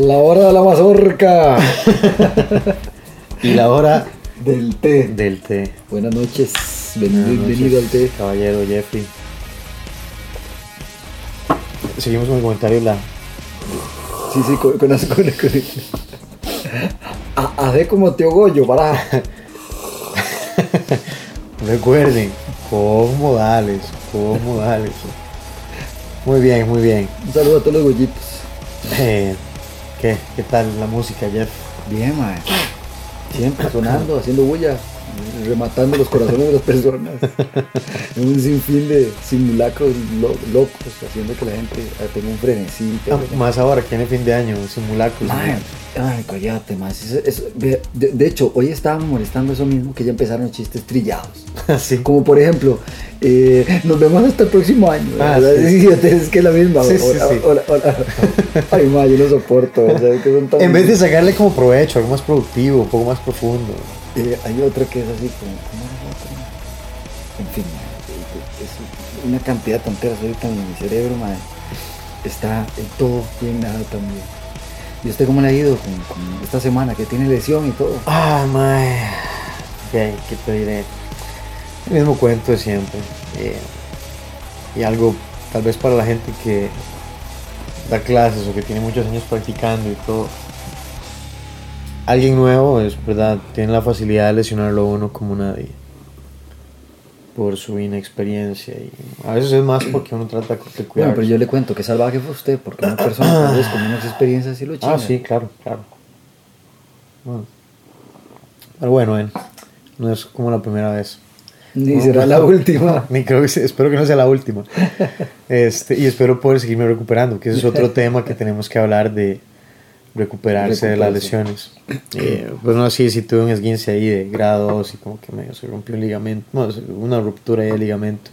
La hora de la mazorca. Y la hora del té. del té. Buenas noches. Buenas noches, Bienvenido al té. caballero Jeffrey. Seguimos con el comentario de la... Sí, con Hacé como Tío Goyo, para. Recuerden, con modales. Muy bien. Un saludo a todos los gollitos. ¿Qué tal la música, Jeff? Bien, mae. Siempre sonando, haciendo bulla, rematando los corazones de las personas. En un sinfín de simulacros locos, haciendo que la gente tenga un frenesí. Más ahora que en el fin de año, simulacros. Mae, ay, cállate, más. De hecho, hoy estábamos molestando eso mismo, que ya empezaron chistes trillados. Sí. Como por ejemplo, nos vemos hasta el próximo año. Sí. Es que es la misma. Sí. Hola. Ay, ma, yo no soporto. O sea, que son tan... En vez de sacarle como provecho, algo más productivo, un poco más profundo. Hay otra que es así como... ¿Cómo es la otra? En fin, es una cantidad de tonteras ahorita en mi cerebro, madre. Está en todo y en nada también. ¿Y usted cómo le ha ido con esta semana que tiene lesión y todo? Ah, mae. ¿Qué te diré? El mismo cuento de siempre. Y algo, tal vez para la gente que da clases o que tiene muchos años practicando y todo. Alguien nuevo, es verdad, tiene la facilidad de lesionarlo a uno como nadie. Por su inexperiencia. Y a veces es más porque uno trata de cuidar. Bueno, pero yo le cuento que salvaje fue usted, porque una persona tal vez con menos experiencia así lo chinga. Ah, sí, claro. Bueno. Pero bueno, no es como la primera vez. Ni será la última. Ni creo que espero que no sea la última. Y espero poder seguirme recuperando, que ese es otro tema que tenemos que hablar de recuperarse de las lesiones. Pues no, sí tuve un esguince ahí de grado 2 y como que medio se rompió un ligamento, no, una ruptura ahí de ligamento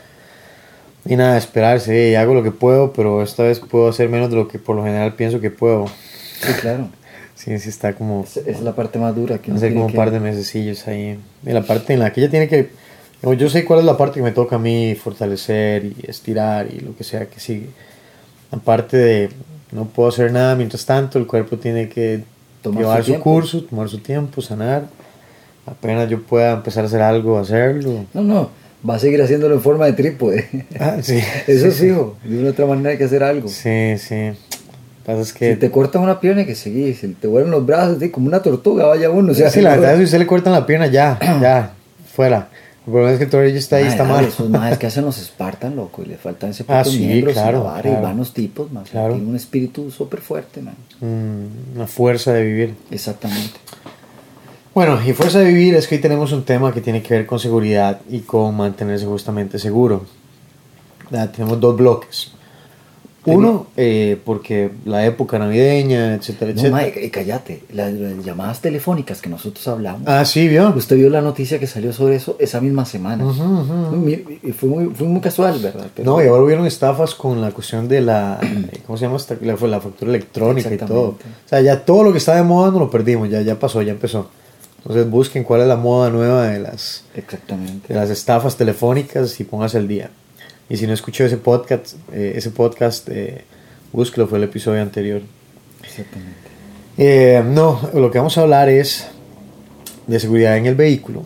y nada, esperarse, y hago lo que puedo, pero esta vez puedo hacer menos de lo que por lo general pienso que puedo. Sí, claro. Sí, está como... Es la parte más dura que hacer como un par de mesecillos ahí. Y la parte en la que ella tiene que... Yo sé cuál es la parte que me toca a mí fortalecer y estirar y lo que sea que sigue. Aparte de no puedo hacer nada mientras tanto, el cuerpo tiene que llevar su curso, tomar su tiempo, sanar. Apenas yo pueda empezar a hacer algo, hacerlo. No, va a seguir haciéndolo en forma de trípode. Ah, sí. Eso sí, fijo, de una otra manera hay que hacer algo. Sí. Pasa es que... Si te cortan una pierna hay que seguir, si te vuelven los brazos, ¿sí? Como una tortuga, vaya uno. O sea, sí, la verdad es que si usted le cortan la pierna, ya, fuera. El problema es que el tobillo está ahí, está mal. Esos más que hacen los Spartan, loco, y le faltan ese puto miembro, claro. Y van los tipos, man. Claro. Tienen un espíritu súper fuerte, man. Una fuerza de vivir. Exactamente. Bueno, y fuerza de vivir es que hoy tenemos un tema que tiene que ver con seguridad y con mantenerse justamente seguro. Tenemos dos bloques. Uno, porque la época navideña, etcétera. No, mae, cállate. Las llamadas telefónicas que nosotros hablamos. Ah, sí, vio. Usted vio la noticia que salió sobre eso esa misma semana. Y fue muy casual, ¿verdad? Pero no, y ahora hubieron estafas con la cuestión de la... ¿Cómo se llama? La factura electrónica y todo. O sea, ya todo lo que está de moda no lo perdimos, ya pasó, ya empezó. Entonces busquen cuál es la moda nueva de las estafas telefónicas y póngase al día. Y si no escuchó ese podcast, búsquelo, fue el episodio anterior. Exactamente. No, lo que vamos a hablar es de seguridad en el vehículo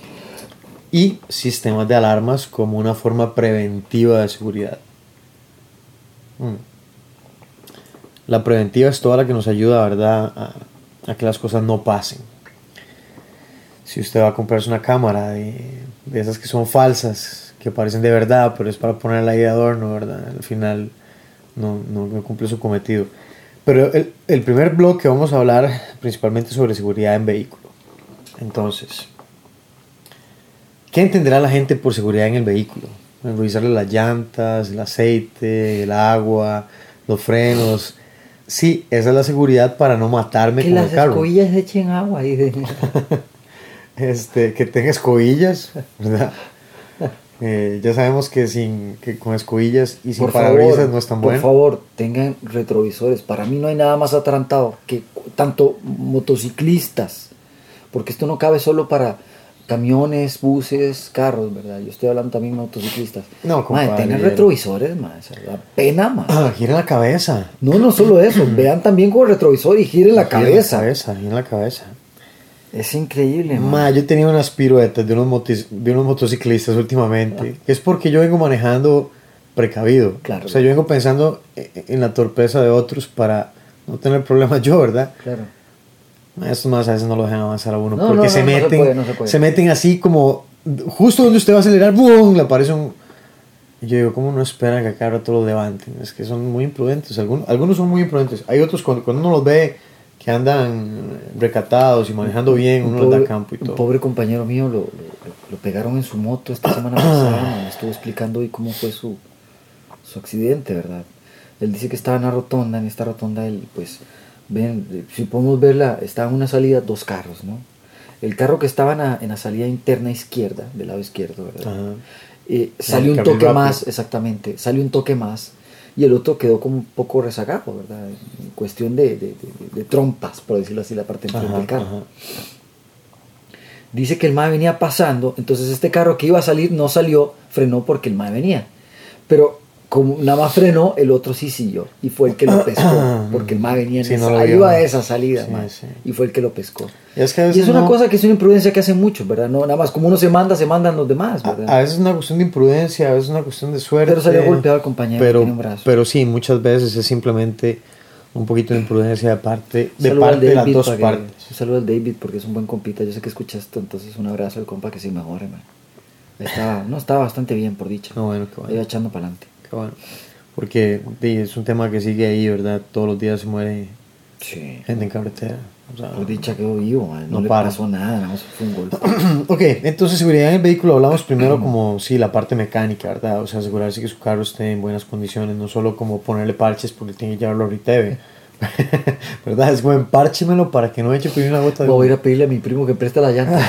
y sistemas de alarmas como una forma preventiva de seguridad. La preventiva es toda la que nos ayuda, ¿verdad?, a que las cosas no pasen. Si usted va a comprarse una cámara de esas que son falsas, que parecen de verdad, pero es para ponerla ahí de adorno, ¿verdad? Al final no cumple su cometido. Pero el primer bloque vamos a hablar principalmente sobre seguridad en vehículo. Entonces, ¿qué entenderá la gente por seguridad en el vehículo? Revisarle las llantas, el aceite, el agua, los frenos. Sí, esa es la seguridad para no matarme con el carro. Que las escobillas echen agua ahí de... que tenga escobillas, ¿verdad? Ya sabemos que con escobillas y sin parabrisas no es tan bueno. Por favor, tengan retrovisores. Para mí no hay nada más atarantado que tanto motociclistas, porque esto no cabe solo para camiones, buses, carros, ¿verdad? Yo estoy hablando también de motociclistas. No, compadre. Mae, tengan retrovisores, mae, o sea, da pena, mae. Giren la cabeza. No solo eso, vean también con el retrovisor y giren la cabeza. Giren la cabeza. Es increíble, mae. Ma, yo tenía unas piruetas de unos motociclistas últimamente. Es porque yo vengo manejando precavido. Claro. O sea, yo vengo pensando en la torpeza de otros para no tener problemas yo, ¿verdad? Claro. Estos más a veces no lo dejan avanzar a uno No, porque no se puede. se meten así como justo donde usted va a acelerar, ¡boom! Le aparece un... Y yo digo, ¿cómo no esperan que cada rato lo levanten? Es que son muy imprudentes. Algunos son muy imprudentes. Hay otros cuando uno los ve que andan recatados y manejando bien, uno les da campo y todo. Un pobre compañero mío lo pegaron en su moto esta semana pasada. Me estuvo explicando hoy cómo fue su accidente, ¿verdad? Él dice que estaba en esta rotonda él, pues, ven, si podemos verla, estaba en una salida, dos carros, ¿no? El carro que estaba en la salida interna izquierda, del lado izquierdo, ¿verdad? Salió un toque más, exactamente, salió un toque más, y el otro quedó como un poco rezagado, ¿verdad? En cuestión de trompas, por decirlo así, la parte enfrente del carro. Dice que el mae venía pasando, entonces este carro que iba a salir no salió, frenó porque el mae venía, pero como nada más frenó, el otro sí siguió y fue el que lo pescó, porque el mae venía en iba a esa salida, sí. Y fue el que lo pescó. Y es una cosa que es una imprudencia que hacen muchos, ¿verdad? No, nada más como uno se mandan los demás, ¿verdad? A veces es una cuestión de imprudencia, a veces es una cuestión de suerte. Pero salió golpeado al compañero que tiene un brazo. Pero sí, muchas veces es simplemente un poquito de imprudencia de parte de las dos partes. Un saludo al David porque es un buen compita, yo sé que escucha esto, entonces un abrazo al compa que se mejore, man. Estaba bastante bien, por dicha. No, bueno, qué bueno. Iba echando para adelante. Qué bueno. Porque es un tema que sigue ahí, ¿verdad? Todos los días se muere gente en carretera. O sea, por dicha quedó vivo, man. No le pasó nada más fue un golpe. Ok, entonces seguridad en el vehículo hablamos primero como, sí, la parte mecánica, ¿verdad? O sea, asegurarse que su carro esté en buenas condiciones, no solo como ponerle parches porque tiene que llevarlo a Riteve. ¿Verdad? Es como empárchemelo para que no eche una gota de... Voy a ir a pedirle a mi primo que preste la llanta.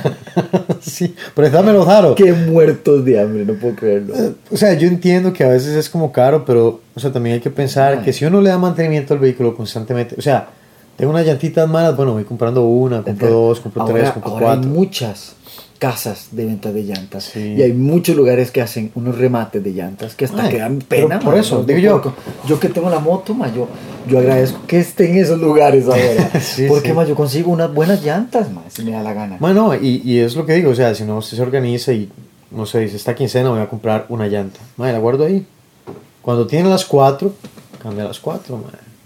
Sí, préstamelo, Jaro. Qué muertos de hambre, no puedo creerlo. O sea, yo entiendo que a veces es como caro, pero, o sea, también hay que pensar que si uno le da mantenimiento al vehículo constantemente, o sea, tengo unas llantitas malas, bueno, voy comprando una, compro dos, compro tres, compro cuatro. Hay muchas casas de venta de llantas y hay muchos lugares que hacen unos remates de llantas que hasta que dan pena. Por eso, digo yo que tengo la moto, yo agradezco que esté en esos lugares ahora. Porque yo consigo unas buenas llantas, si me da la gana. Bueno, y es lo que digo, o sea, si no usted se organiza y no sé, dice esta quincena voy a comprar una llanta, la guardo ahí. Cuando tiene las 4, cambia las 4,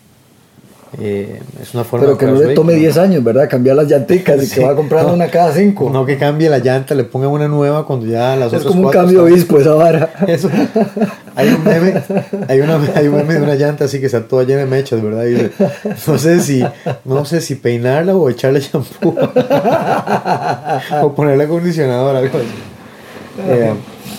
es una forma. Pero que no le tome 10 años, ¿verdad? Cambiar las llanticas y que va comprando una cada 5. No que cambie la llanta, le ponga una nueva cuando ya las otras 4. Es como un cambio obispo esa vara. Eso. Hay un meme de una llanta así que está toda llena de mechas, ¿verdad? Y dice, no sé si peinarla o echarle champú. O ponerle acondicionador, algo así.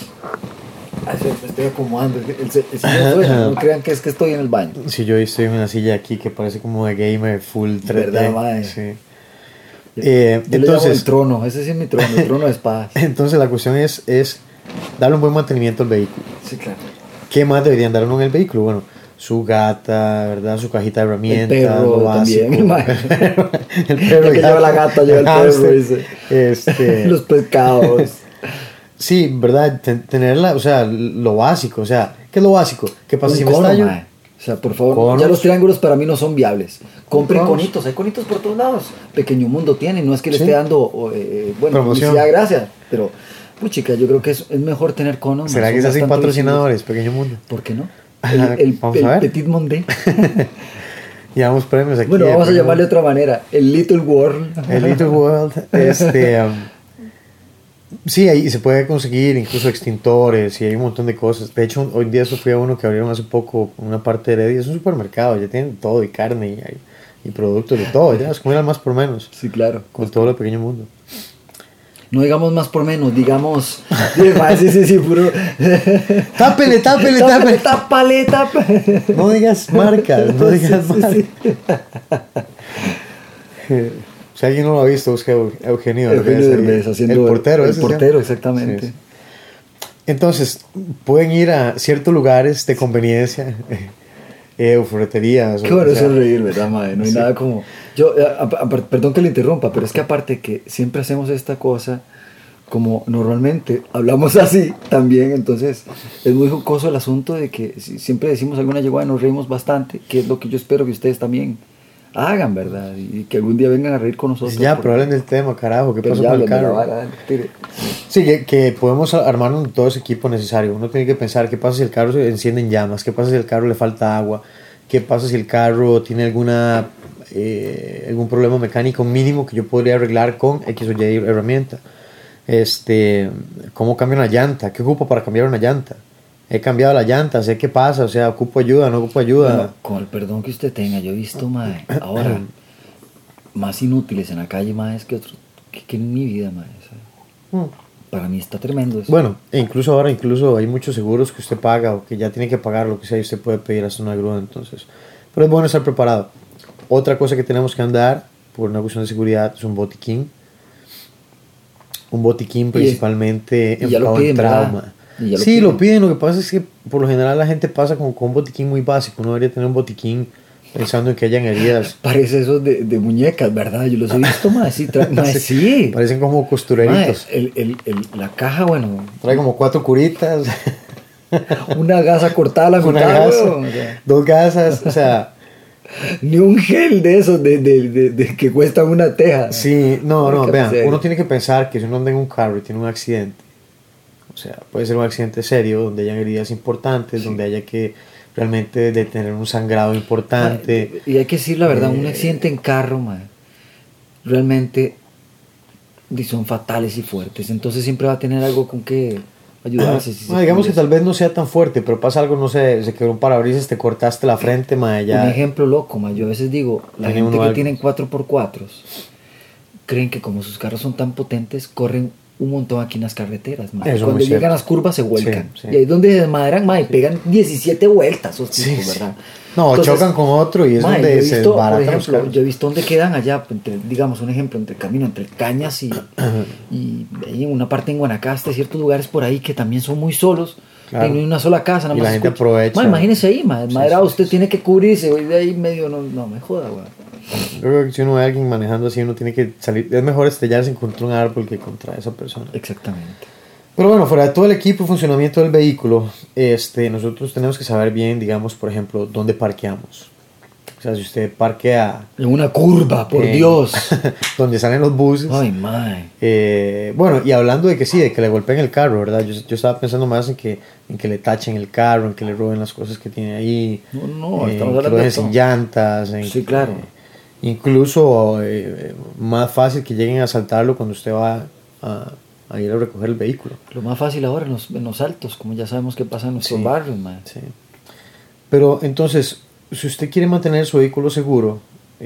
Me estoy acomodando. No crean que es que estoy en el baño. Sí, yo estoy en una silla aquí que parece como de gamer full 3D. ¿Verdad, mae? Sí. Yo entonces, le llamo el trono. Ese sí es mi trono, el trono de espadas. Entonces la cuestión es darle un buen mantenimiento al vehículo. Sí, claro. ¿Qué más deberían darle en el vehículo? Bueno, su gata, ¿verdad? Su cajita de herramientas. El perro también. El perro. Que lleva la gata, lleva el perro. Dice. Los pescados. Sí, ¿verdad? Tenerla, o sea, lo básico, o sea, ¿qué es lo básico? ¿Qué pasa si me estallo? O sea, por favor, ya los triángulos para mí no son viables. Compren conitos, hay conitos por todos lados. Pequeño Mundo tiene, no es que le esté dando, publicidad, gracias, pero, puchica, yo creo que es mejor tener conos. ¿Será que se hacen patrocinadores, Pequeño Mundo? ¿Por qué no? El Petit Monde. Llevamos premios aquí. Bueno, vamos a llamarle de otra manera, el Little World. El Little World, sí, ahí se puede conseguir incluso extintores y hay un montón de cosas. De hecho, hoy en día fui a uno que abrieron hace poco, una parte de Heredia. Es un supermercado, ya tienen todo, y carne, y productos de todo. Ya es como ir al más por menos. Sí, claro. Con todo lo Pequeño Mundo. No digamos más por menos, digamos... Sí, puro... Tápele. Tápale. No digas marcas, Sí. Si alguien no lo ha visto, busca Eugenio Derbez haciendo el portero. El portero, exactamente. Sí. Entonces, pueden ir a ciertos lugares de conveniencia, ferreterías. Qué bueno eso es reír, ¿verdad, madre? No hay nada como... Yo, perdón que le interrumpa, pero es que aparte que siempre hacemos esta cosa como normalmente hablamos así también, entonces es muy jocoso el asunto de que siempre decimos alguna llegada y nos reímos bastante, que es lo que yo espero que ustedes también hagan, ¿verdad? Y que algún día vengan a reír con nosotros. Ya, pero hablen del tema, carajo, ¿qué Pero pasó ya con el hablen de la carro? vara, tire. Sí, que podemos armarnos de todo ese equipo necesario. Uno tiene que pensar qué pasa si el carro se enciende en llamas, qué pasa si el carro le falta agua, qué pasa si el carro tiene algún problema mecánico mínimo que yo podría arreglar con X o Y herramienta. ¿Cómo cambio una llanta? ¿Qué ocupo para cambiar una llanta? He cambiado la llanta, sé qué pasa, o sea, ocupo ayuda, no ocupo ayuda. Bueno, con el perdón que usted tenga, yo he visto, mae, ahora más inútiles en la calle, mae, que en mi vida, mae, ¿sabe? Para mí está tremendo eso. Bueno, e incluso ahora hay muchos seguros que usted paga o que ya tiene que pagar, lo que sea, y usted puede pedir hasta una grúa, entonces. Pero es bueno estar preparado. Otra cosa que tenemos que andar, por una cuestión de seguridad, es un botiquín. Un botiquín principalmente enfocado en trauma. Sí, lo piden. Lo que pasa es que por lo general la gente pasa con un botiquín muy básico. Uno debería tener un botiquín pensando en que hayan heridas. Parece esos de muñecas, ¿verdad? Yo los he visto, más sí, sí. Parecen como costureritos. La caja, bueno. Trae como 4 curitas. Una gasa cortada a la mitad, o sea, 2 gasas, o sea. Ni un gel de esos de que cuesta una teja. Sí, no, vean, uno tiene que pensar que si uno anda en un carro y tiene un accidente, o sea, puede ser un accidente serio, donde hayan heridas importantes, donde haya que realmente detener un sangrado importante. Y hay que decir la verdad, un accidente en carro, man, realmente son fatales y fuertes, entonces siempre va a tener algo con que ayudarse. Digamos que tal vez no sea tan fuerte, pero pasa algo, no sé, se quebró un parabrisas, te cortaste la frente, ya. Un ejemplo loco, yo a veces digo, la gente que tienen 4x4 creen que como sus carros son tan potentes, corren un montón aquí en las carreteras, cuando llegan a las curvas se vuelcan, y ahí es donde se desmadran, pegan 17 vueltas, ¿verdad? No, entonces, chocan con otro y es donde se desbaratan. Por ejemplo, yo he visto donde quedan allá, digamos un ejemplo, entre el camino, entre Cañas y hay una parte en Guanacaste, ciertos lugares por ahí que también son muy solos, claro. No hay una sola casa, nada más. Y la gente aprovecha. Imagínese ahí, usted tiene que cubrirse, de ahí medio, no me joda, güey. Yo creo que si uno ve a alguien manejando así, uno tiene que salir, es mejor estrellarse contra un árbol que contra esa persona. Exactamente. Pero bueno, fuera de todo el equipo y funcionamiento del vehículo, nosotros tenemos que saber bien, digamos, por ejemplo, dónde parqueamos. O sea, si usted parquea... En una curva, por Dios. Donde salen los buses. Ay, mae. Bueno, y hablando de que sí, de que le golpeen el carro, ¿verdad? Yo estaba pensando más en que le tachen el carro, en que le roben las cosas que tiene ahí. No, estamos hablando que lo dejen sin llantas. Sí, claro. Incluso más fácil que lleguen a asaltarlo cuando usted va a ir a recoger el vehículo. Lo más fácil ahora en los altos, como ya sabemos que pasa en nuestros barrios, man. Sí. Pero entonces, si usted quiere mantener su vehículo seguro,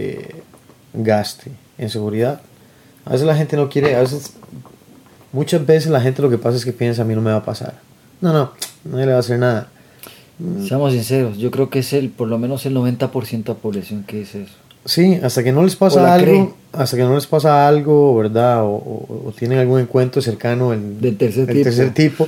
gaste en seguridad. A veces la gente no quiere, muchas veces la gente lo que pasa es que piensa, a mí no me va a pasar. No le va a hacer nada. Seamos sinceros, yo creo que es por lo menos el 90% de la población que dice eso. Sí, hasta que no les pasa algo, ¿verdad? O tienen algún encuentro cercano del tercer tipo,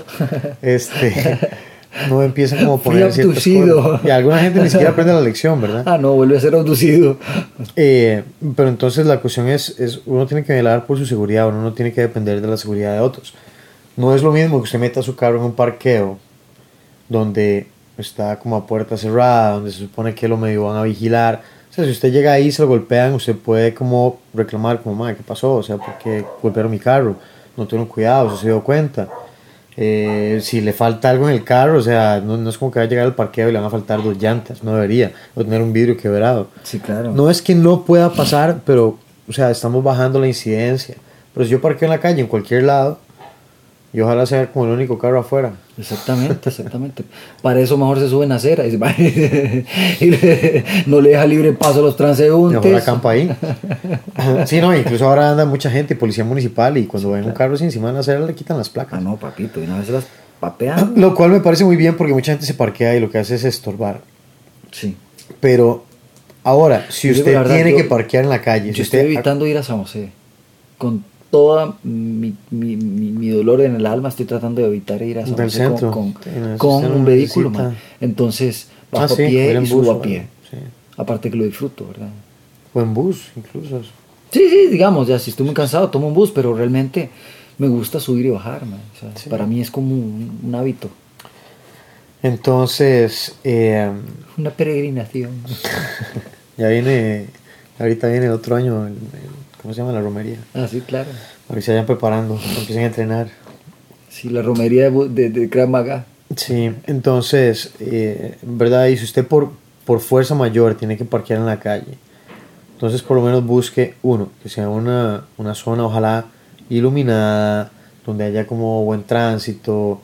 no empiezan como a poner ciertas cosas. Y alguna gente ni siquiera aprende la lección, ¿verdad? No, vuelve a ser abducido. Pero entonces la cuestión es uno tiene que velar por su seguridad, uno no tiene que depender de la seguridad de otros. No es lo mismo que usted meta su carro en un parqueo donde está como a puerta cerrada, donde se supone que lo medio van a vigilar. O sea, si usted llega ahí y se lo golpean, usted puede como reclamar, como, madre, ¿qué pasó? O sea, ¿por qué golpearon mi carro? No tuvieron cuidado, se dio cuenta. Si le falta algo en el carro, o sea, no es como que va a llegar al parqueo y le van a faltar 2 llantas, no debería, o tener un vidrio quebrado. Sí, claro. No es que no pueda pasar, pero, o sea, estamos bajando la incidencia. Pero si yo parqueo en la calle, en cualquier lado, y ojalá sea como el único carro afuera. Exactamente. Para eso mejor se suben a acera y no le deja libre paso a los transeúntes. Mejor acampa ahí. Sí, no, incluso ahora anda mucha gente, policía municipal, y cuando ven un carro así encima de la acera le quitan las placas. No, papito, y una vez se las patean. Lo cual me parece muy bien porque mucha gente se parquea y lo que hace es estorbar. Sí. Pero ahora, si usted tiene que parquear en la calle... Yo estoy evitando ir a San José. Con toda mi dolor en el alma estoy tratando de evitar ir a San José con un vehículo, man. Entonces bajo a pie y subo a pie. Sí. Aparte que lo disfruto, ¿verdad? O en bus, incluso. Sí, digamos, ya si estoy muy cansado tomo un bus, pero realmente me gusta subir y bajar, man. O sea, Sí. para mí es como un hábito, Entonces, una peregrinación. ya viene, ahorita viene el otro año, ¿cómo se llama? La romería. Ah, sí, claro. Para que se vayan preparando, empiecen a entrenar. Sí, la romería de Krav Maga. Sí, entonces, ¿verdad? Y si usted por fuerza mayor tiene que parquear en la calle, entonces por lo menos busque uno, que sea una zona ojalá iluminada, donde haya como buen tránsito,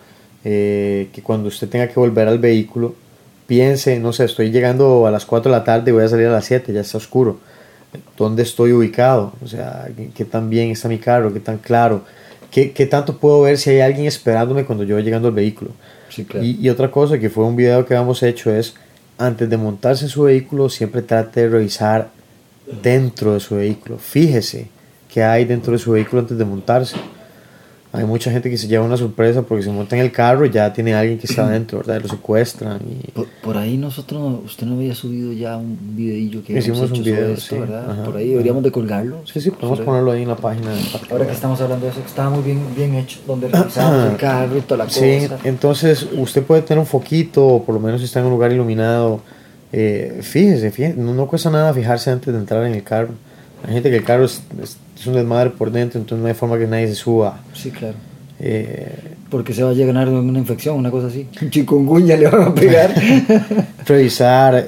que cuando usted tenga que volver al vehículo, piense, no sé, estoy llegando a las 4 de la tarde y voy a salir a las 7, ya está oscuro. ¿Dónde estoy ubicado? O sea, ¿qué tan bien está mi carro? ¿Qué tan claro? ¿Qué tanto puedo ver si hay alguien esperándome cuando yo voy llegando al vehículo? Sí, claro. Y otra cosa que fue un video que habíamos hecho es, antes de montarse en su vehículo, siempre trate de revisar dentro de su vehículo. Fíjese qué hay dentro de su vehículo antes de montarse. Hay mucha gente que se lleva una sorpresa porque se monta en el carro y ya tiene alguien que está dentro, ¿verdad? Y lo secuestran. Y Por ahí usted no había subido ya un videillo que hicimos habíamos un hecho sobre video, esto, sí. ¿verdad? Ajá, por ahí deberíamos de colgarlo. sí, podemos ponerlo ahí en la página. Ahora que estamos hablando de eso, que estaba muy bien hecho, donde revisamos el carro y toda la Sí, cosa. entonces usted puede tener un foquito, o por lo menos si está en un lugar iluminado. Fíjese, no cuesta nada fijarse antes de entrar en el carro. Hay gente que el carro es un desmadre por dentro, entonces no hay forma que nadie se suba. Sí, claro. Eh, Porque se va a llenar de una infección, una cosa así. Un chikungunya le van a pegar. revisar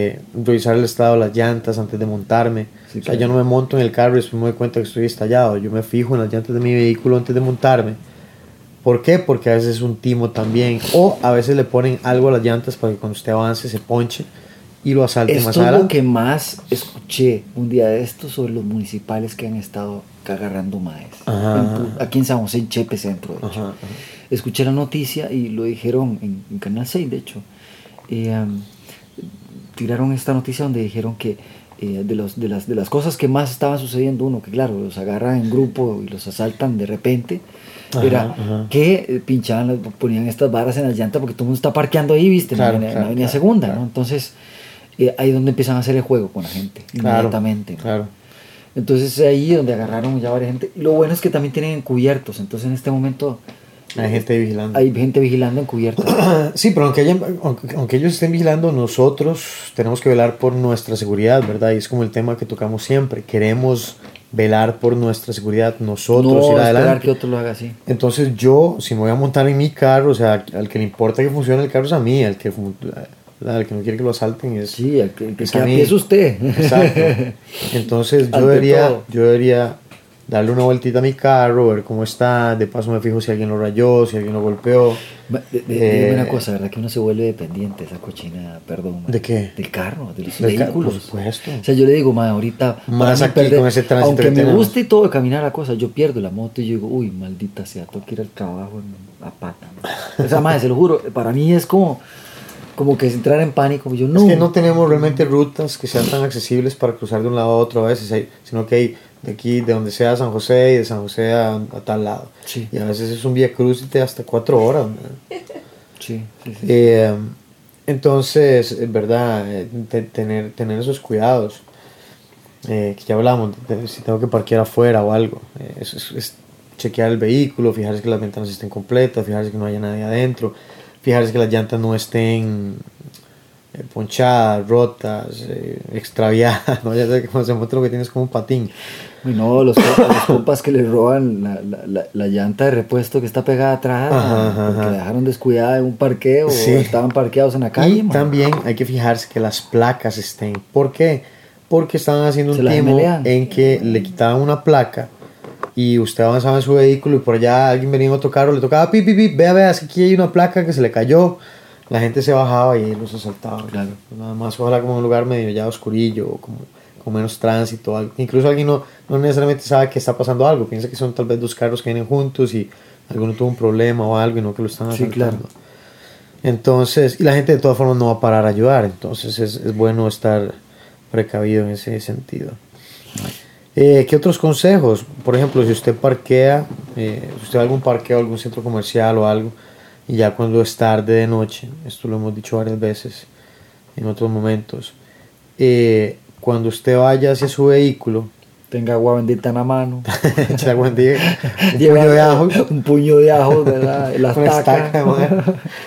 el estado de las llantas antes de montarme. Sí, O sea, claro. yo no me monto en el carro y después me doy cuenta que estoy estallado. Yo me fijo en las llantas de mi vehículo antes de montarme. ¿Por qué? Porque a veces es un timo también. O a veces le ponen algo a las llantas para que cuando usted avance se ponche y lo asalte más Esto es lo adelante. que más escuché un día de esto sobre los municipales que han estado agarrando maes. Ajá. Aquí en San José, en Chepe Centro, de hecho. Ajá. Escuché la noticia y lo dijeron en Canal 6, de hecho. Tiraron esta noticia donde dijeron que de las cosas que más estaban sucediendo, uno, que claro, los agarran en grupo y los asaltan de repente, era que pinchaban, ponían estas varas en las llantas porque todo el mundo está parqueando ahí, ¿viste? Claro, en la claro, avenida claro, Segunda, claro. ¿no? Entonces, ahí es donde empiezan a hacer el juego con la gente, inmediatamente, ¿no? Claro. Entonces ahí donde agarraron ya varias gente. Y lo bueno es que también tienen encubiertos, entonces en este momento Hay gente vigilando. hay gente vigilando encubiertos. Sí, pero aunque ellos estén vigilando, nosotros tenemos que velar por nuestra seguridad, ¿verdad? Y es como el tema que tocamos siempre. Queremos velar por nuestra seguridad, nosotros No ir esperar adelante. que otro lo haga así. Entonces yo, si me voy a montar en mi carro, o sea, al que le importa que funcione el carro es a mí, al que no quiere que lo asalten es, Sí, el que es a a mí. pie es usted. Exacto. Entonces Ante todo. yo debería darle una vueltita a mi carro, ver cómo está, de paso me fijo si alguien lo rayó, si alguien lo golpeó. Dígame una cosa, ¿verdad? Que uno se vuelve dependiente de esa cochina, perdón. ¿De qué? Del carro, de los Del vehículos. por supuesto. O sea, yo le digo, ma, ahorita. Más para mí aquí con ese tránsito aunque que me tenemos. guste y todo caminar la cosa, yo pierdo la moto y yo digo, uy, maldita sea, tengo que ir al trabajo a pata. ¿No? O sea, ma, se lo juro, para mí es como que entrar en pánico. Yo no. Es que no tenemos realmente rutas que sean tan accesibles para cruzar de un lado a otro a veces, sino que hay de aquí, de donde sea San José y de San José a tal lado. Sí. Y a veces es un vía cruz de hasta 4 horas. Sí. Entonces, es verdad, tener esos cuidados, que ya hablamos, de si tengo que parquear afuera o algo, es chequear el vehículo, fijarse que las ventanas estén completas, fijarse que no haya nadie adentro, fijarse que las llantas no estén ponchadas, rotas, extraviadas, ¿no? Ya sé que cuando se monta lo que tienes es como un patín. Uy, no, los compas que le roban la llanta de repuesto que está pegada atrás, porque la dejaron descuidada en un parqueo Sí. o estaban parqueados en la calle. Y también hay que fijarse que las placas estén. ¿Por qué? Porque estaban haciendo Se un las timo gemelean. en que le quitaban una placa y usted avanzaba en su vehículo y por allá alguien venía en otro carro, le tocaba pip, pip, pip, vea, es que aquí hay una placa que se le cayó. La gente se bajaba y los asaltaba. Claro. Nada más, ojalá como en un lugar medio ya oscurillo, o como con menos tránsito. Algo. Incluso alguien no necesariamente sabe que está pasando algo. Piensa que son tal vez dos carros que vienen juntos y alguno tuvo un problema o algo y no que lo están asaltando. Sí, claro. Entonces, y la gente de todas formas no va a parar a ayudar. Entonces es bueno estar precavido en ese sentido. ¿Qué otros consejos? Por ejemplo, si usted parquea, si usted va a algún parqueo, algún centro comercial o algo, y ya cuando es tarde de noche, esto lo hemos dicho varias veces en otros momentos, cuando usted vaya hacia su vehículo, tenga agua bendita en la mano. Echa agua bendita, un Lleva puño de ajo. un puño de ajo, ¿verdad? La Una estaca de madera.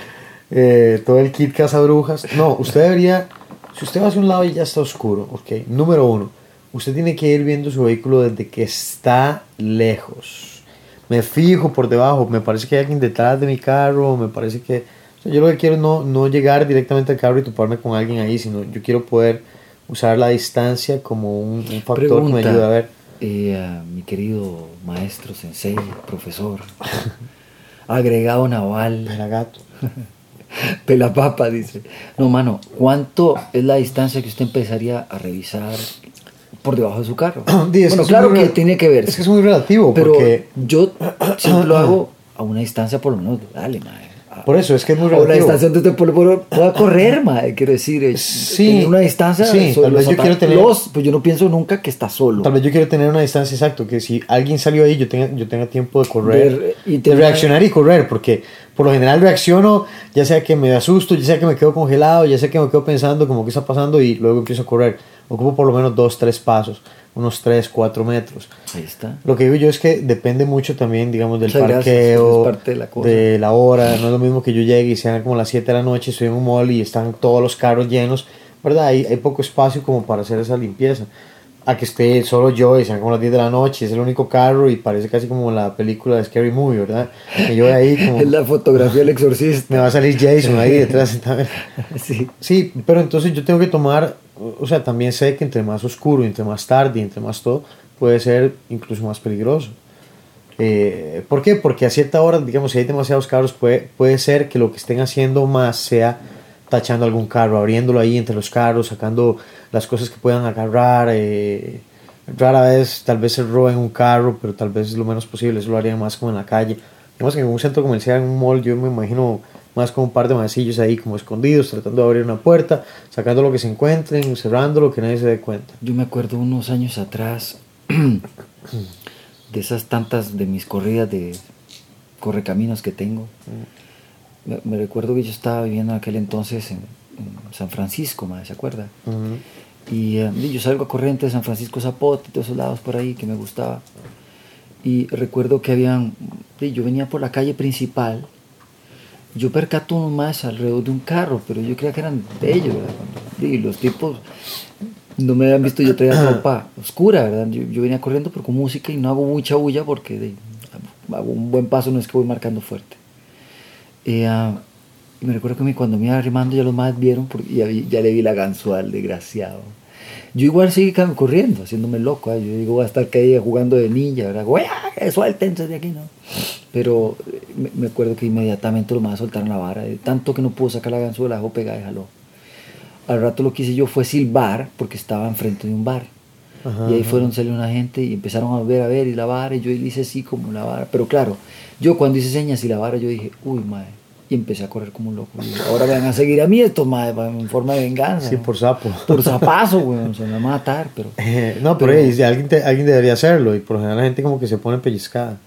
Todo el kit cazabrujas. No, usted debería, si usted va hacia un lado y ya está oscuro, ok, número uno, usted tiene que ir viendo su vehículo desde que está lejos. Me fijo por debajo, me parece que hay alguien detrás de mi carro, me parece que... O sea, yo lo que quiero es no llegar directamente al carro y toparme con alguien ahí, sino yo quiero poder usar la distancia como un factor Pregunta, que me ayude a ver. Mi querido maestro, sensei, profesor, agregado naval, Pelagato. pelapapa, dice. No, mano, ¿cuánto es la distancia que usted empezaría a revisar por debajo de su carro? Bueno, claro que tiene que ver. Es que es muy relativo, pero porque... yo siempre lo hago a una distancia por lo menos, dale, madre. Por eso, es que es muy O la relativo. distancia donde usted pueda correr, madre, quiero decir. Sí, tener una distancia. sí, tal vez yo quiero tener... Pues yo no pienso nunca que está solo. Tal vez yo quiero tener una distancia exacta, que si alguien salió ahí, yo tenga tiempo de correr, de reaccionar y correr, porque por lo general reacciono, ya sea que me asusto, ya sea que me quedo congelado, ya sea que me quedo pensando como qué está pasando y luego empiezo a correr. Ocupo por lo menos 2-3 pasos, unos 3-4 metros. Ahí está. Lo que digo yo es que depende mucho también, digamos, del Muchas parqueo, gracias, es parte de la cosa. de la hora. No es lo mismo que yo llegue y sean como las 7 de la noche, estoy en un mall y están todos los carros llenos, ¿verdad? Hay poco espacio como para hacer esa limpieza. A que esté solo yo y sean como las 10 de la noche, es el único carro y parece casi como la película de Scary Movie, ¿verdad? Y yo de ahí como... Es la fotografía del exorcista. Me va a salir Jason ahí detrás. Sí. Sí, pero entonces yo tengo que tomar, o sea, también sé que entre más oscuro, entre más tarde, entre más todo, puede ser incluso más peligroso. ¿Por qué? Porque a cierta hora, digamos, si hay demasiados carros, puede ser que lo que estén haciendo más sea tachando algún carro, abriéndolo ahí entre los carros, sacando las cosas que puedan agarrar. Rara vez tal vez se roben un carro, pero tal vez es lo menos posible, eso lo harían más como en la calle. Digamos que en un centro comercial, en un mall, yo me imagino más como un par de maecillos ahí como escondidos, tratando de abrir una puerta, sacando lo que se encuentren, cerrándolo, que nadie se dé cuenta. Yo me acuerdo unos años atrás de esas tantas de mis corridas de correcaminos que tengo. Me recuerdo que yo estaba viviendo en aquel entonces en San Francisco, madre, ¿se acuerda? Y yo salgo a correr entre San Francisco, Zapote, todos esos lados por ahí que me gustaba. Y recuerdo que yo venía por la calle principal, yo percato unos más alrededor de un carro, pero yo creía que eran de ellos, ¿verdad? Y los tipos no me habían visto, yo traía ropa oscura, ¿verdad? Yo venía corriendo pero con música y no hago mucha bulla porque hago un buen paso, no es que voy marcando fuerte. Y me recuerdo que cuando me iba arrimando ya los más vieron porque ya le vi la ganzúa al desgraciado. Yo igual seguí corriendo, haciéndome loco. Yo digo, voy a estar ahí jugando de ninja, ¿verdad? Suéltense de aquí, ¿no? Pero me acuerdo que inmediatamente los más soltaron la vara. Tanto que no pudo sacar la ganzúa, la dejó pegada y jaló. Al rato lo que hice yo fue silbar porque estaba enfrente de un bar. Ajá, y ahí salió una gente y empezaron a ver y la vara. Y yo le hice así como la vara. Pero claro, yo cuando hice señas y la vara, yo dije, uy, madre. Y empecé a correr como un loco. Y ahora me van a seguir a mí estos, madre, en forma de venganza. Sí, ¿no? Por sapo. Por zapazo, güey. Se me va a matar, pero... no, pero alguien debería hacerlo. Y por lo general la gente como que se pone pellizcada.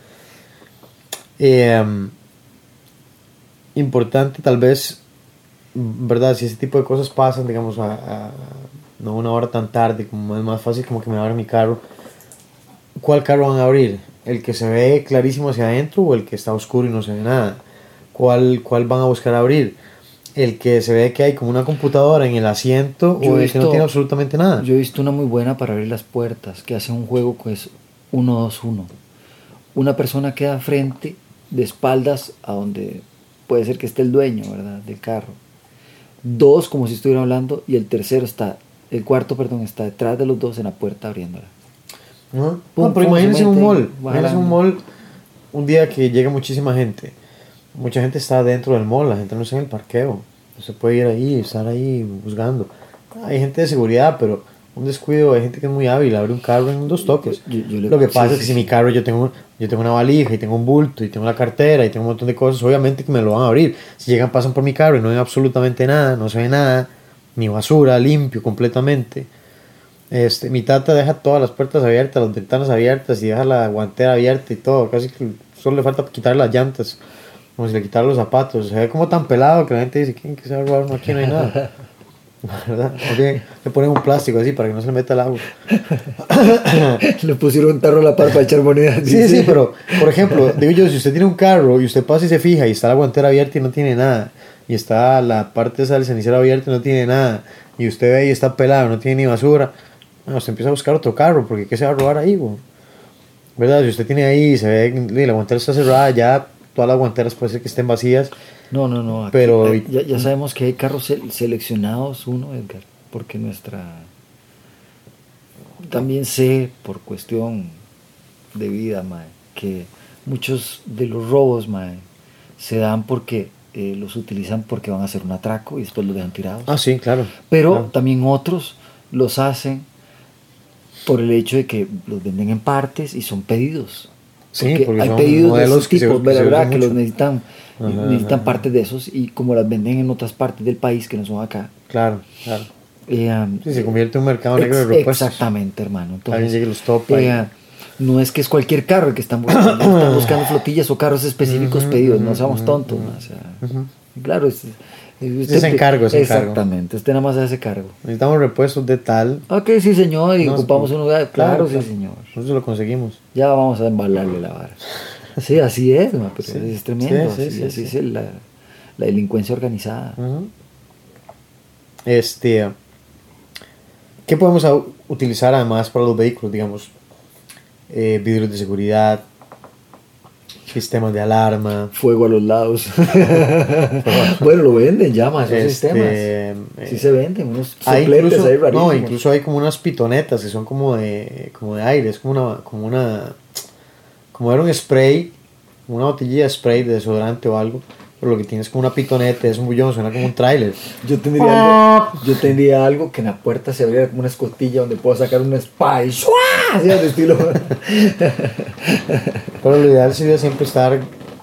Importante tal vez, ¿verdad? Si ese tipo de cosas pasan, digamos, no una hora tan tarde, como es más fácil como que me abran mi carro. ¿Cuál carro van a abrir? ¿El que se ve clarísimo hacia adentro o el que está oscuro y no se ve nada? ¿Cuál van a buscar abrir? ¿El que se ve que hay como una computadora en el asiento o el que no tiene absolutamente nada? Yo he visto una muy buena para abrir las puertas, que hace un juego que es 1-2-1. Una persona queda frente, de espaldas a donde puede ser que esté el dueño, ¿verdad? Del carro. 2 como si estuviera hablando y el cuarto está detrás de los 2 en la puerta abriéndola. No, pero imagínense un mall, un día que llega muchísima gente. Mucha gente está dentro del mall, la gente no está en el parqueo. No se puede ir ahí, estar ahí juzgando. Hay gente de seguridad, pero un descuido, hay gente que es muy hábil, abre un carro en 2 toques. Lo que pasa es que si mi carro yo tengo una valija y tengo un bulto y tengo la cartera y tengo un montón de cosas, obviamente que me lo van a abrir. Si llegan, pasan por mi carro y no ven absolutamente nada, no se ve nada, ni basura, limpio completamente. Mi tata deja todas las puertas abiertas, las ventanas abiertas y deja la guantera abierta y todo, casi que solo le falta quitar las llantas. Como si le quitaran los zapatos. Se ve como tan pelado que la gente dice, ¿quién que se va a robar? No, aquí no hay nada. ¿verdad? Porque le ponen un plástico así para que no se le meta el agua. Le pusieron un tarro a la par para echar monedas. Sí, sí, pero, por ejemplo, digo yo, si usted tiene un carro y usted pasa y se fija y está la guantera abierta y no tiene nada, y está la parte esa del cenicero abierta y no tiene nada, y usted ve y está pelado, no tiene ni basura, bueno, usted empieza a buscar otro carro, porque ¿qué se va a robar ahí, güey? ¿Verdad? Si usted tiene ahí y se ve y la guantera está cerrada, ya todas las guanteras puede ser que estén vacías. No, aquí, pero ya sabemos que hay carros seleccionados, uno, Edgar, porque también sé, por cuestión de vida, mae, que muchos de los robos, mae, se dan porque los utilizan porque van a hacer un atraco y después los dejan tirados. Ah, sí, claro. Pero claro. también otros los hacen por el hecho de que los venden en partes y son pedidos. Sí, porque hay son pedidos de esos modelos tipos, ¿verdad? Que los necesitan, ajá. partes de esos, y como las venden en otras partes del país que no son acá. Claro. Sí, se convierte en un mercado negro de repuestos. Exactamente, hermano. Entonces, alguien los topa no es que es cualquier carro el que están buscando, están buscando flotillas o carros específicos pedidos, no seamos tontos. O sea, claro, usted se encargo. Exactamente, usted nada más hace cargo. Necesitamos repuestos de tal. Ok, sí, señor, y ocupamos un lugar. Claro, sí, señor. Nosotros lo conseguimos. Ya vamos a embalarle la vara. Sí, así es, pero sí, es tremendo. Sí, así es la delincuencia organizada. ¿Qué podemos utilizar además para los vehículos? Digamos, vidrios de seguridad, sistemas de alarma, fuego a los lados. Bueno, lo venden ya más esos sistemas. Sí se venden unos sopletes ahí rarísimos. No, incluso hay como unas pitonetas que son como de aire, es como era un spray, una botellilla de spray de desodorante o algo, pero lo que tienes es como una pitoneta, es un bullón, suena como un tráiler. Yo tendría algo que en la puerta se abriera como una escotilla donde puedo sacar un spray, así de estilo. Pero lo ideal sería siempre estar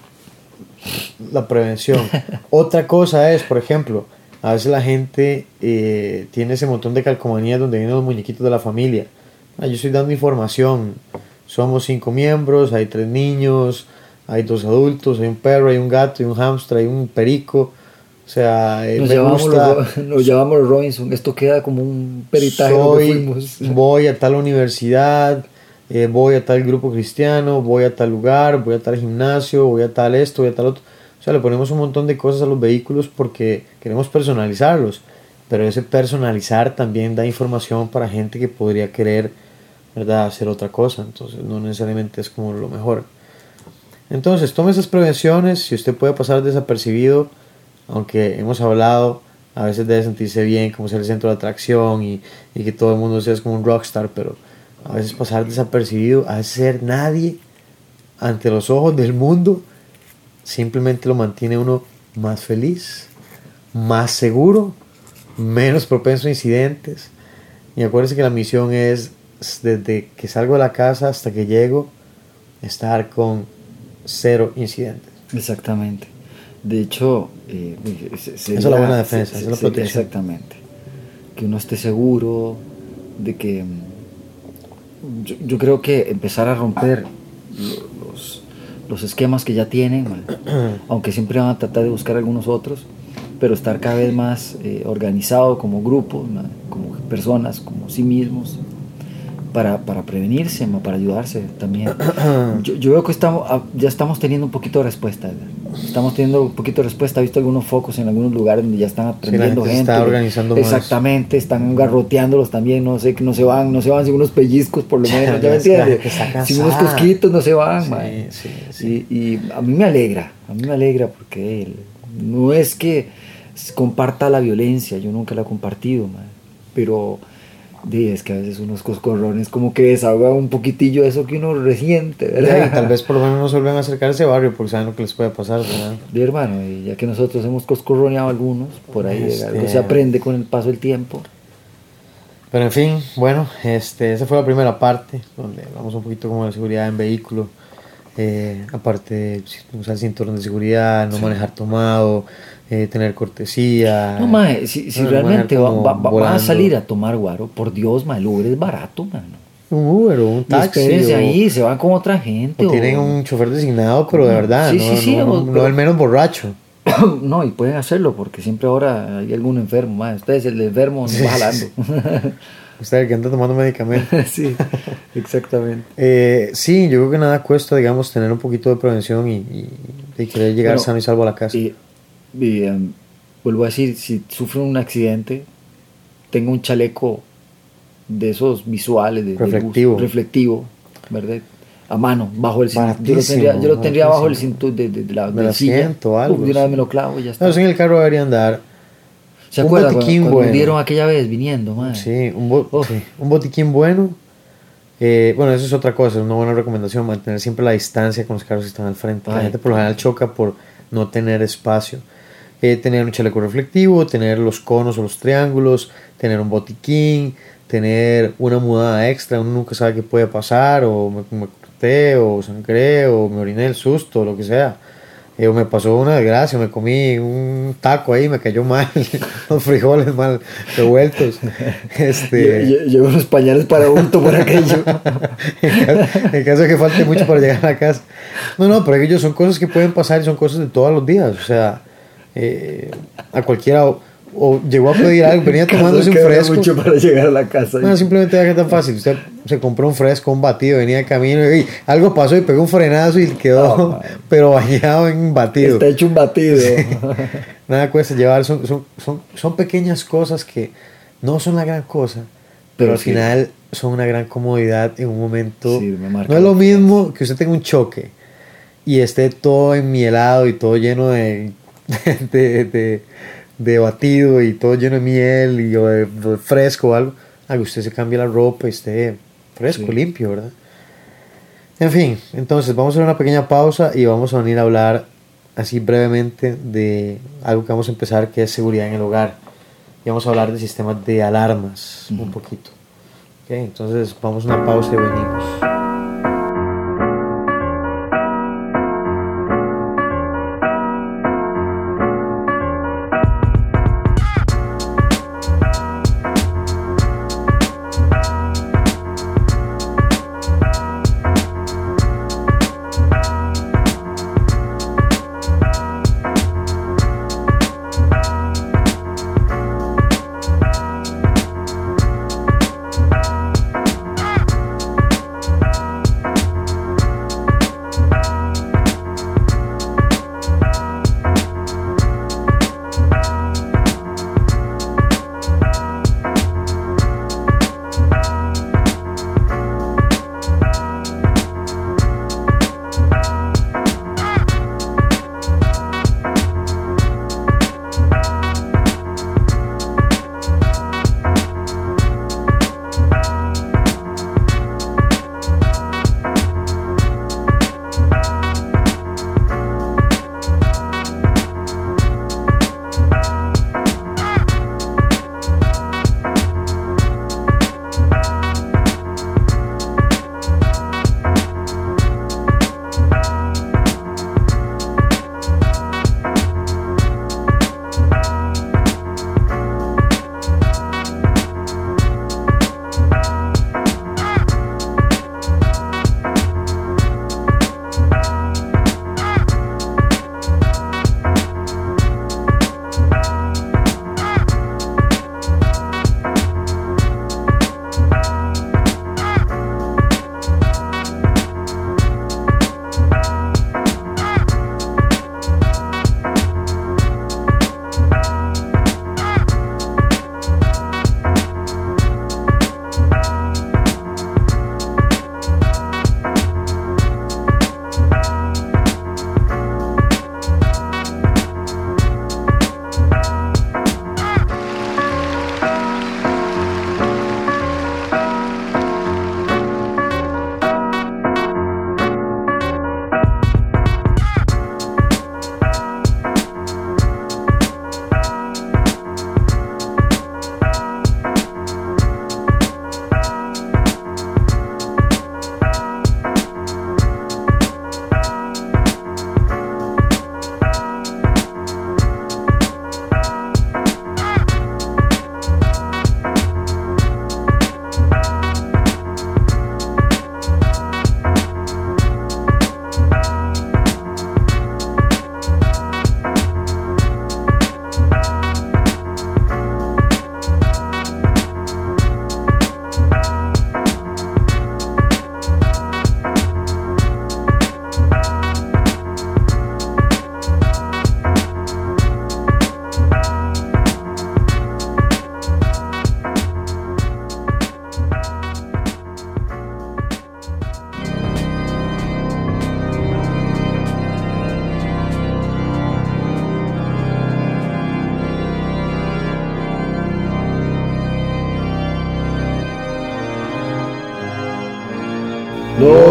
la prevención. Otra cosa es, por ejemplo, a veces la gente tiene ese montón de calcomanías donde vienen los muñequitos de la familia. Yo estoy dando información. Somos 5 miembros, hay 3 niños, hay 2 adultos, hay un perro, hay un gato, hay un hámster, hay un perico. O sea, nos llamamos los Robinson. Esto queda como un peritaje donde fuimos. Voy a tal universidad, voy a tal grupo cristiano, voy a tal lugar, voy a tal gimnasio, voy a tal esto, voy a tal otro. O sea, le ponemos un montón de cosas a los vehículos porque queremos personalizarlos. Pero ese personalizar también da información para gente que podría querer, ¿verdad?, hacer otra cosa. Entonces no necesariamente es como lo mejor. Entonces tome esas prevenciones. Si usted puede pasar desapercibido, aunque hemos hablado, a veces debe sentirse bien como ser el centro de atracción y que todo el mundo sea como un rockstar, pero a veces pasar desapercibido, a veces ser nadie ante los ojos del mundo, simplemente lo mantiene uno más feliz, más seguro, menos propenso a incidentes. Y acuérdense que la misión es, desde que salgo de la casa hasta que llego, estar con 0 incidentes. Yo De hecho, esa es la buena defensa, esa es la protección. Exactamente. Que uno esté seguro de que... Yo creo que empezar a romper los esquemas que ya tienen, aunque siempre van a tratar de buscar algunos otros, pero estar cada vez más organizado como grupo, como personas, como sí mismos, para prevenirse, para ayudarse también. Yo veo que ya estamos teniendo un poquito de respuesta. Estamos teniendo un poquito de respuesta. He visto algunos focos en algunos lugares donde ya están aprendiendo gente. Está organizando exactamente, más. Están garroteándolos también. No sé, que no se van sin unos pellizcos por lo menos. ¿Ya me entiendes? Sin unos cosquitos no se van. Sí. Y a mí me alegra porque no es que comparta la violencia. Yo nunca la he compartido, pero... es que a veces unos coscorrones como que desahogan un poquitillo eso que uno resiente, ¿verdad? Y tal vez por lo menos no se vuelven a acercar a ese barrio porque saben lo que les puede pasar, ¿verdad? Sí, hermano, y ya que nosotros hemos coscorroneado algunos, por ahí algo se aprende con el paso del tiempo. Pero en fin, bueno, esa fue la primera parte, donde hablamos un poquito como de seguridad en vehículo, aparte usar el cinturón de seguridad, no manejar tomado, tener cortesía. No, mae, si realmente va a salir a tomar guaro, por Dios, mae, el Uber es barato, mano. Un Uber o un taxi. Espérense ahí, se van con otra gente. O tienen un chofer designado, pero de verdad, no el menos borracho. No, y pueden hacerlo porque siempre ahora hay algún enfermo, mae. Ustedes, el enfermo, nos va jalando. Usted el que anda tomando medicamentos. Sí, exactamente. Sí, yo creo que nada cuesta, digamos, tener un poquito de prevención y querer llegar Bueno, sano y salvo a la casa. Vuelvo a decir, si sufren un accidente, tenga un chaleco de esos visuales, reflectivo, ¿verdad? A mano, bajo el cinturón. Yo lo tendría bajo el cinturón del asiento, algo. De una vez me lo clavo y ya está. No, en el carro deberían dar. ¿Se acuerdan cuando vieron aquella vez viniendo, madre? Sí, un botiquín bueno. Bueno, eso es otra cosa, es una buena recomendación, mantener siempre la distancia con los carros que están al frente. La gente por lo general choca por no tener espacio. Tener un chaleco reflectivo, tener los conos o los triángulos, tener un botiquín, tener una mudada extra. Uno nunca sabe qué puede pasar, o me corté, o sangré, o me oriné el susto, o lo que sea. O me pasó una desgracia, me comí un taco ahí, me cayó mal, los frijoles mal revueltos. Llevo unos pañales para adulto por aquello. En caso de que falte mucho para llegar a la casa. No, pero aquello son cosas que pueden pasar y son cosas de todos los días. O sea, a cualquiera, o llegó a pedir algo, venía tomándose un fresco. Mucho para llegar a la casa. No, simplemente ya que es tan fácil. Usted se compró un fresco, un batido, venía de camino y algo pasó y pegó un frenazo y quedó, pero bañado en un batido. Está hecho un batido. Sí. Nada cuesta llevar, son pequeñas cosas que no son la gran cosa, pero al final son una gran comodidad en un momento. Sí, no es lo mismo que usted tenga un choque y esté todo enmielado y todo lleno de batido y todo lleno de miel y o de fresco o algo, a que usted se cambie la ropa y esté fresco, limpio, ¿verdad? En fin, entonces vamos a hacer una pequeña pausa y vamos a venir a hablar así brevemente de algo que vamos a empezar, que es seguridad en el hogar, y vamos a hablar de sistemas de alarmas un poquito. Okay, entonces vamos a una pausa y venimos.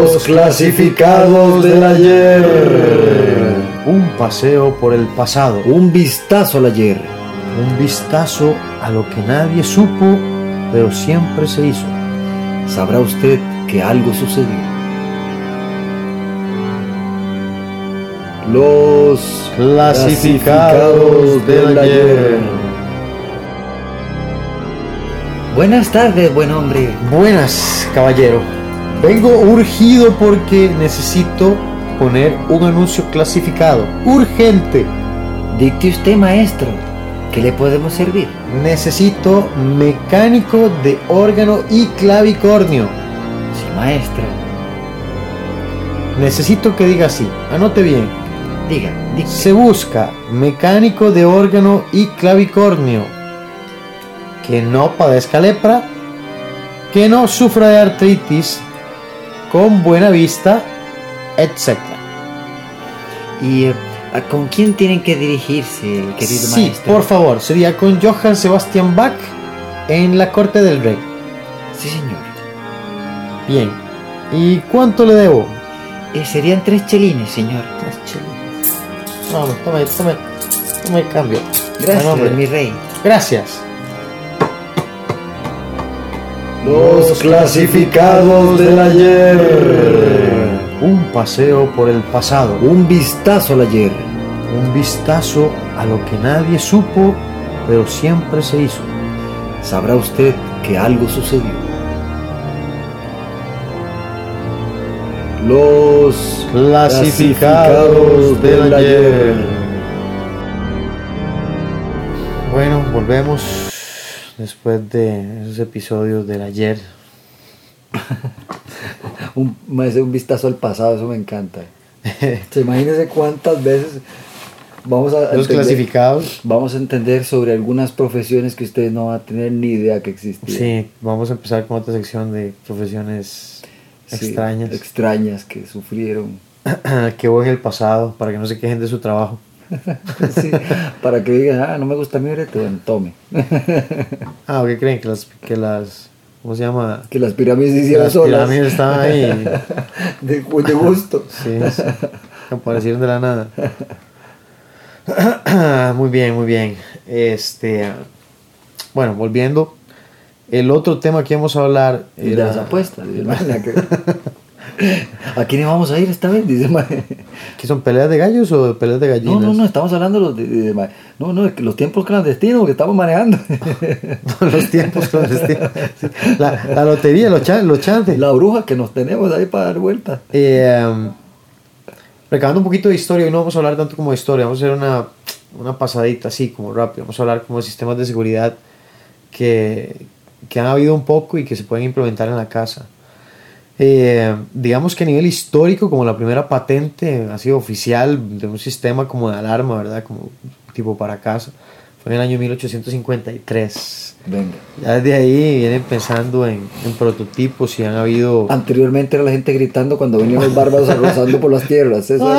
Los clasificados del ayer. Un paseo por el pasado. Un vistazo al ayer. Un vistazo a lo que nadie supo, pero siempre se hizo. Sabrá usted que algo sucedió. Los clasificados del ayer. Buenas tardes, buen hombre. Buenas, caballero. Vengo urgido porque necesito poner un anuncio clasificado. Urgente. Dicte usted, maestro. ¿Qué le podemos servir? Necesito mecánico de órgano y clavicornio. Sí, maestro. Necesito que diga así. Anote bien. Diga, dicte. Se busca mecánico de órgano y clavicornio que no padezca lepra, que no sufra de artritis, con buena vista, etc. ¿Y con quién tienen que dirigirse, querido Sí, maestro? por favor, sería con Johann Sebastian Bach en la corte del rey. Sí, señor. Bien. ¿Y cuánto le debo? Serían 3 chelines, señor. 3 chelines. No, tome el cambio. Gracias, Bueno, hombre. mi rey. Gracias. Los clasificados del ayer. Un paseo por el pasado. Un vistazo al ayer. Un vistazo a lo que nadie supo, pero siempre se hizo. Sabrá usted que algo sucedió. Los clasificados del ayer. Bueno, volvemos después de esos episodios del ayer. un vistazo al pasado, eso me encanta. ¿Se imagínese cuántas veces vamos a Los clasificados? Vamos a entender sobre algunas profesiones que usted no va a tener ni idea que existían. Sí, vamos a empezar con otra sección de profesiones extrañas. Extrañas que sufrieron. Que hubo en el pasado, para que no se quejen de su trabajo. Sí, para que digan, no me gusta mi brete, bueno, tome. ¿O qué creen? Que las ¿cómo se llama? Que las pirámides se hicieron Las solas. pirámides estaban ahí. de gusto. Sí, que aparecieron de la nada. Muy bien, muy bien. Bueno, volviendo. El otro tema que íbamos a hablar De las apuestas. ¿A quién vamos a ir esta vez? Dice Mae. ¿Qué son, peleas de gallos o peleas de gallinas? No, estamos hablando de los tiempos clandestinos que estamos manejando. Los tiempos clandestinos. Sí. La lotería, los chantes. La bruja que nos tenemos ahí para dar vueltas. Recabando un poquito de historia, hoy no vamos a hablar tanto como de historia, vamos a hacer una pasadita así, como rápido. Vamos a hablar como de sistemas de seguridad que han habido un poco y que se pueden implementar en la casa. Digamos que a nivel histórico, como la primera patente ha sido oficial de un sistema como de alarma, ¿verdad? Como tipo para casa, fue en el año 1853. Venga. Ya desde ahí vienen pensando en prototipos y han habido... Anteriormente era la gente gritando cuando venían los bárbaros arrasando por las tierras. Eso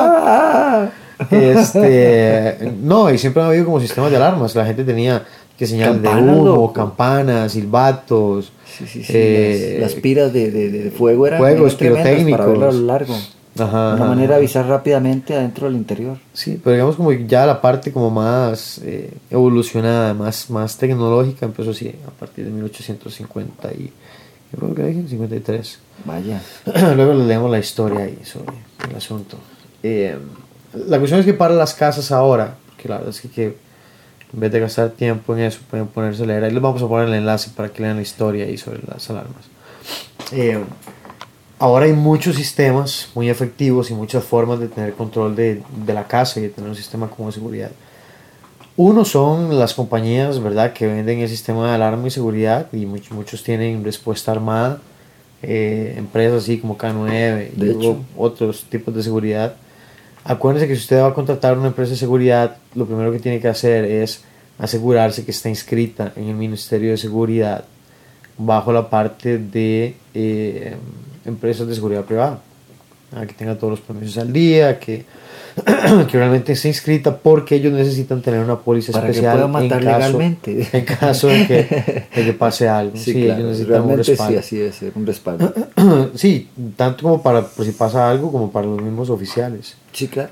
No, y siempre han habido como sistemas de alarmas. La gente tenía que señal de humo, loco. Campanas, silbatos. Sí. Las piras de fuego eran fuegos tremendas pirotécnicos para verlo a lo largo. Ajá, Una manera de avisar rápidamente adentro del interior. Sí, pero digamos como ya la parte como más evolucionada, más tecnológica empezó así a partir de 1850 y... ¿Qué fue lo que dije? 53. Vaya. Luego les leemos la historia ahí sobre el asunto. La cuestión es que para las casas ahora, que la verdad es que en vez de gastar tiempo en eso, pueden ponerse a leer. Ahí les vamos a poner el enlace para que lean la historia ahí sobre las alarmas. Ahora hay muchos sistemas muy efectivos y muchas formas de tener control de la casa y de tener un sistema como de seguridad. Uno son las compañías, ¿verdad?, que venden el sistema de alarma y seguridad, y muchos tienen respuesta armada, empresas así como K9 y otros tipos de seguridad. Acuérdense que si usted va a contratar una empresa de seguridad, lo primero que tiene que hacer es asegurarse que está inscrita en el Ministerio de Seguridad bajo la parte de empresas de seguridad privada. que tenga todos los permisos al día, que realmente esté inscrita, porque ellos necesitan tener una póliza para especial que pueda matar legalmente. En caso de que pase algo. Sí, Sí, claro, ellos necesitan un respaldo. sí, así debe ser, un respaldo. Sí, tanto como para por si pasa algo, como para los mismos oficiales. Sí, claro.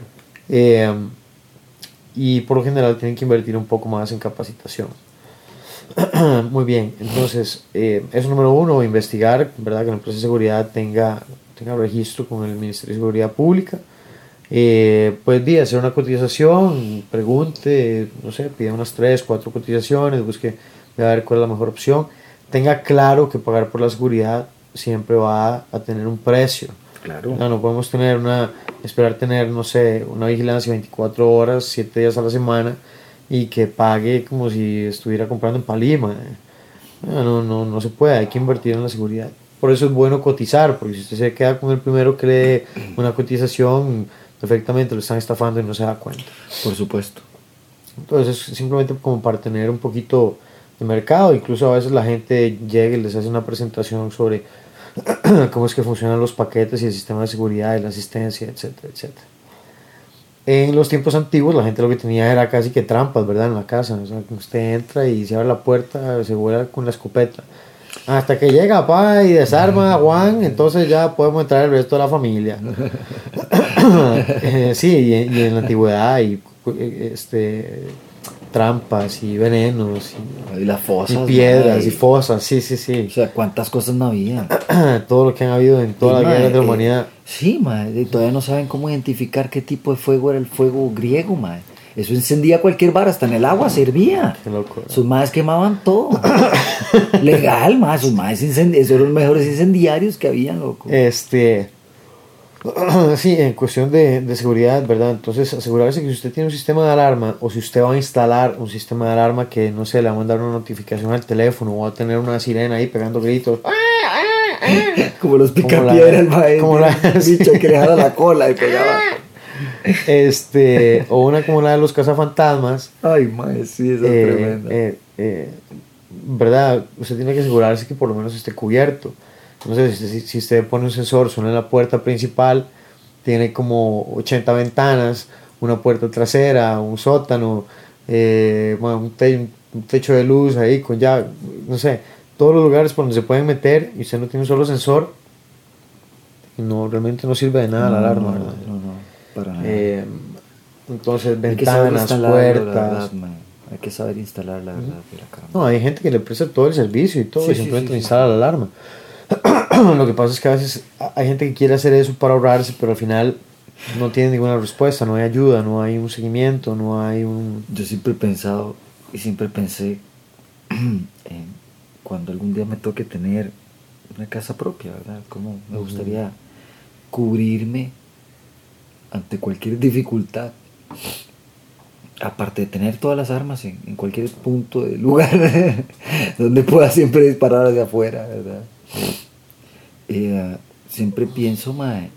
Y por lo general tienen que invertir un poco más en capacitación. Muy bien, entonces, eso número uno, investigar, ¿verdad? Que la empresa de seguridad tenga registro con el Ministerio de Seguridad Pública. Pues hacer una cotización, pregunte, no sé, pide unas 3, 4 cotizaciones, busque a ver cuál es la mejor opción. Tenga claro que pagar por la seguridad siempre va a tener un precio. Claro. No podemos esperar tener, no sé, una vigilancia 24 horas, 7 días a la semana, y que pague como si estuviera comprando en Palima. No se puede, hay que invertir en la seguridad. Por eso es bueno cotizar, porque si usted se queda con el primero que le dé una cotización, perfectamente lo están estafando y no se da cuenta. Por supuesto. Entonces es simplemente como para tener un poquito de mercado. Incluso a veces la gente llega y les hace una presentación sobre cómo es que funcionan los paquetes y el sistema de seguridad y la asistencia, etcétera, etcétera. En los tiempos antiguos la gente lo que tenía era casi que trampas, ¿verdad? En la casa. O sea, usted entra y se abre la puerta, se vuela con la escopeta. Hasta que llega papá y desarma a Juan, entonces ya podemos entrar el resto de la familia. Sí, y en la antigüedad hay trampas y venenos y las fosas, y piedras y fosas, sí. O sea, cuántas cosas no había. Todo lo que han habido en toda la guerra de la humanidad. Sí, madre, todavía no saben cómo identificar qué tipo de fuego era el fuego griego, madre. Eso encendía cualquier bar, hasta en el agua servía. Qué loco. Sus madres quemaban todo. Legal, madre, sus madres esos eran los mejores incendiarios que habían, loco. Sí, en cuestión de seguridad, ¿verdad? Entonces, asegurarse que si usted tiene un sistema de alarma, o si usted va a instalar un sistema de alarma que, no sé, le va a mandar una notificación al teléfono, o va a tener una sirena ahí pegando gritos. Como los picapiedras, como el bicho que le jala la cola y pegaba. O una como la de los cazafantasmas. Ay, madre, sí, esa es tremenda. ¿Verdad? Usted tiene que asegurarse que por lo menos esté cubierto. Entonces, si usted pone un sensor solo en la puerta principal, tiene como 80 ventanas, una puerta trasera, un sótano, un techo de luz ahí con ya, no sé, todos los lugares por donde se pueden meter, y usted no tiene un solo sensor, realmente no sirve de nada la alarma, ¿verdad? No, para nada. Entonces, ventanas, puertas. Hay que saber instalar la verdad. No, hay gente que le presta todo el servicio y todo, y simplemente instala la alarma. Lo que pasa es que a veces hay gente que quiere hacer eso para ahorrarse, pero al final no tiene ninguna respuesta, no hay ayuda, no hay un seguimiento, no hay un... Yo siempre he pensado y siempre pensé en cuando algún día me toque tener una casa propia, ¿verdad? Cómo me gustaría cubrirme ante cualquier dificultad. Aparte de tener todas las armas en cualquier punto del lugar donde pueda siempre disparar hacia afuera, ¿verdad? Siempre pienso,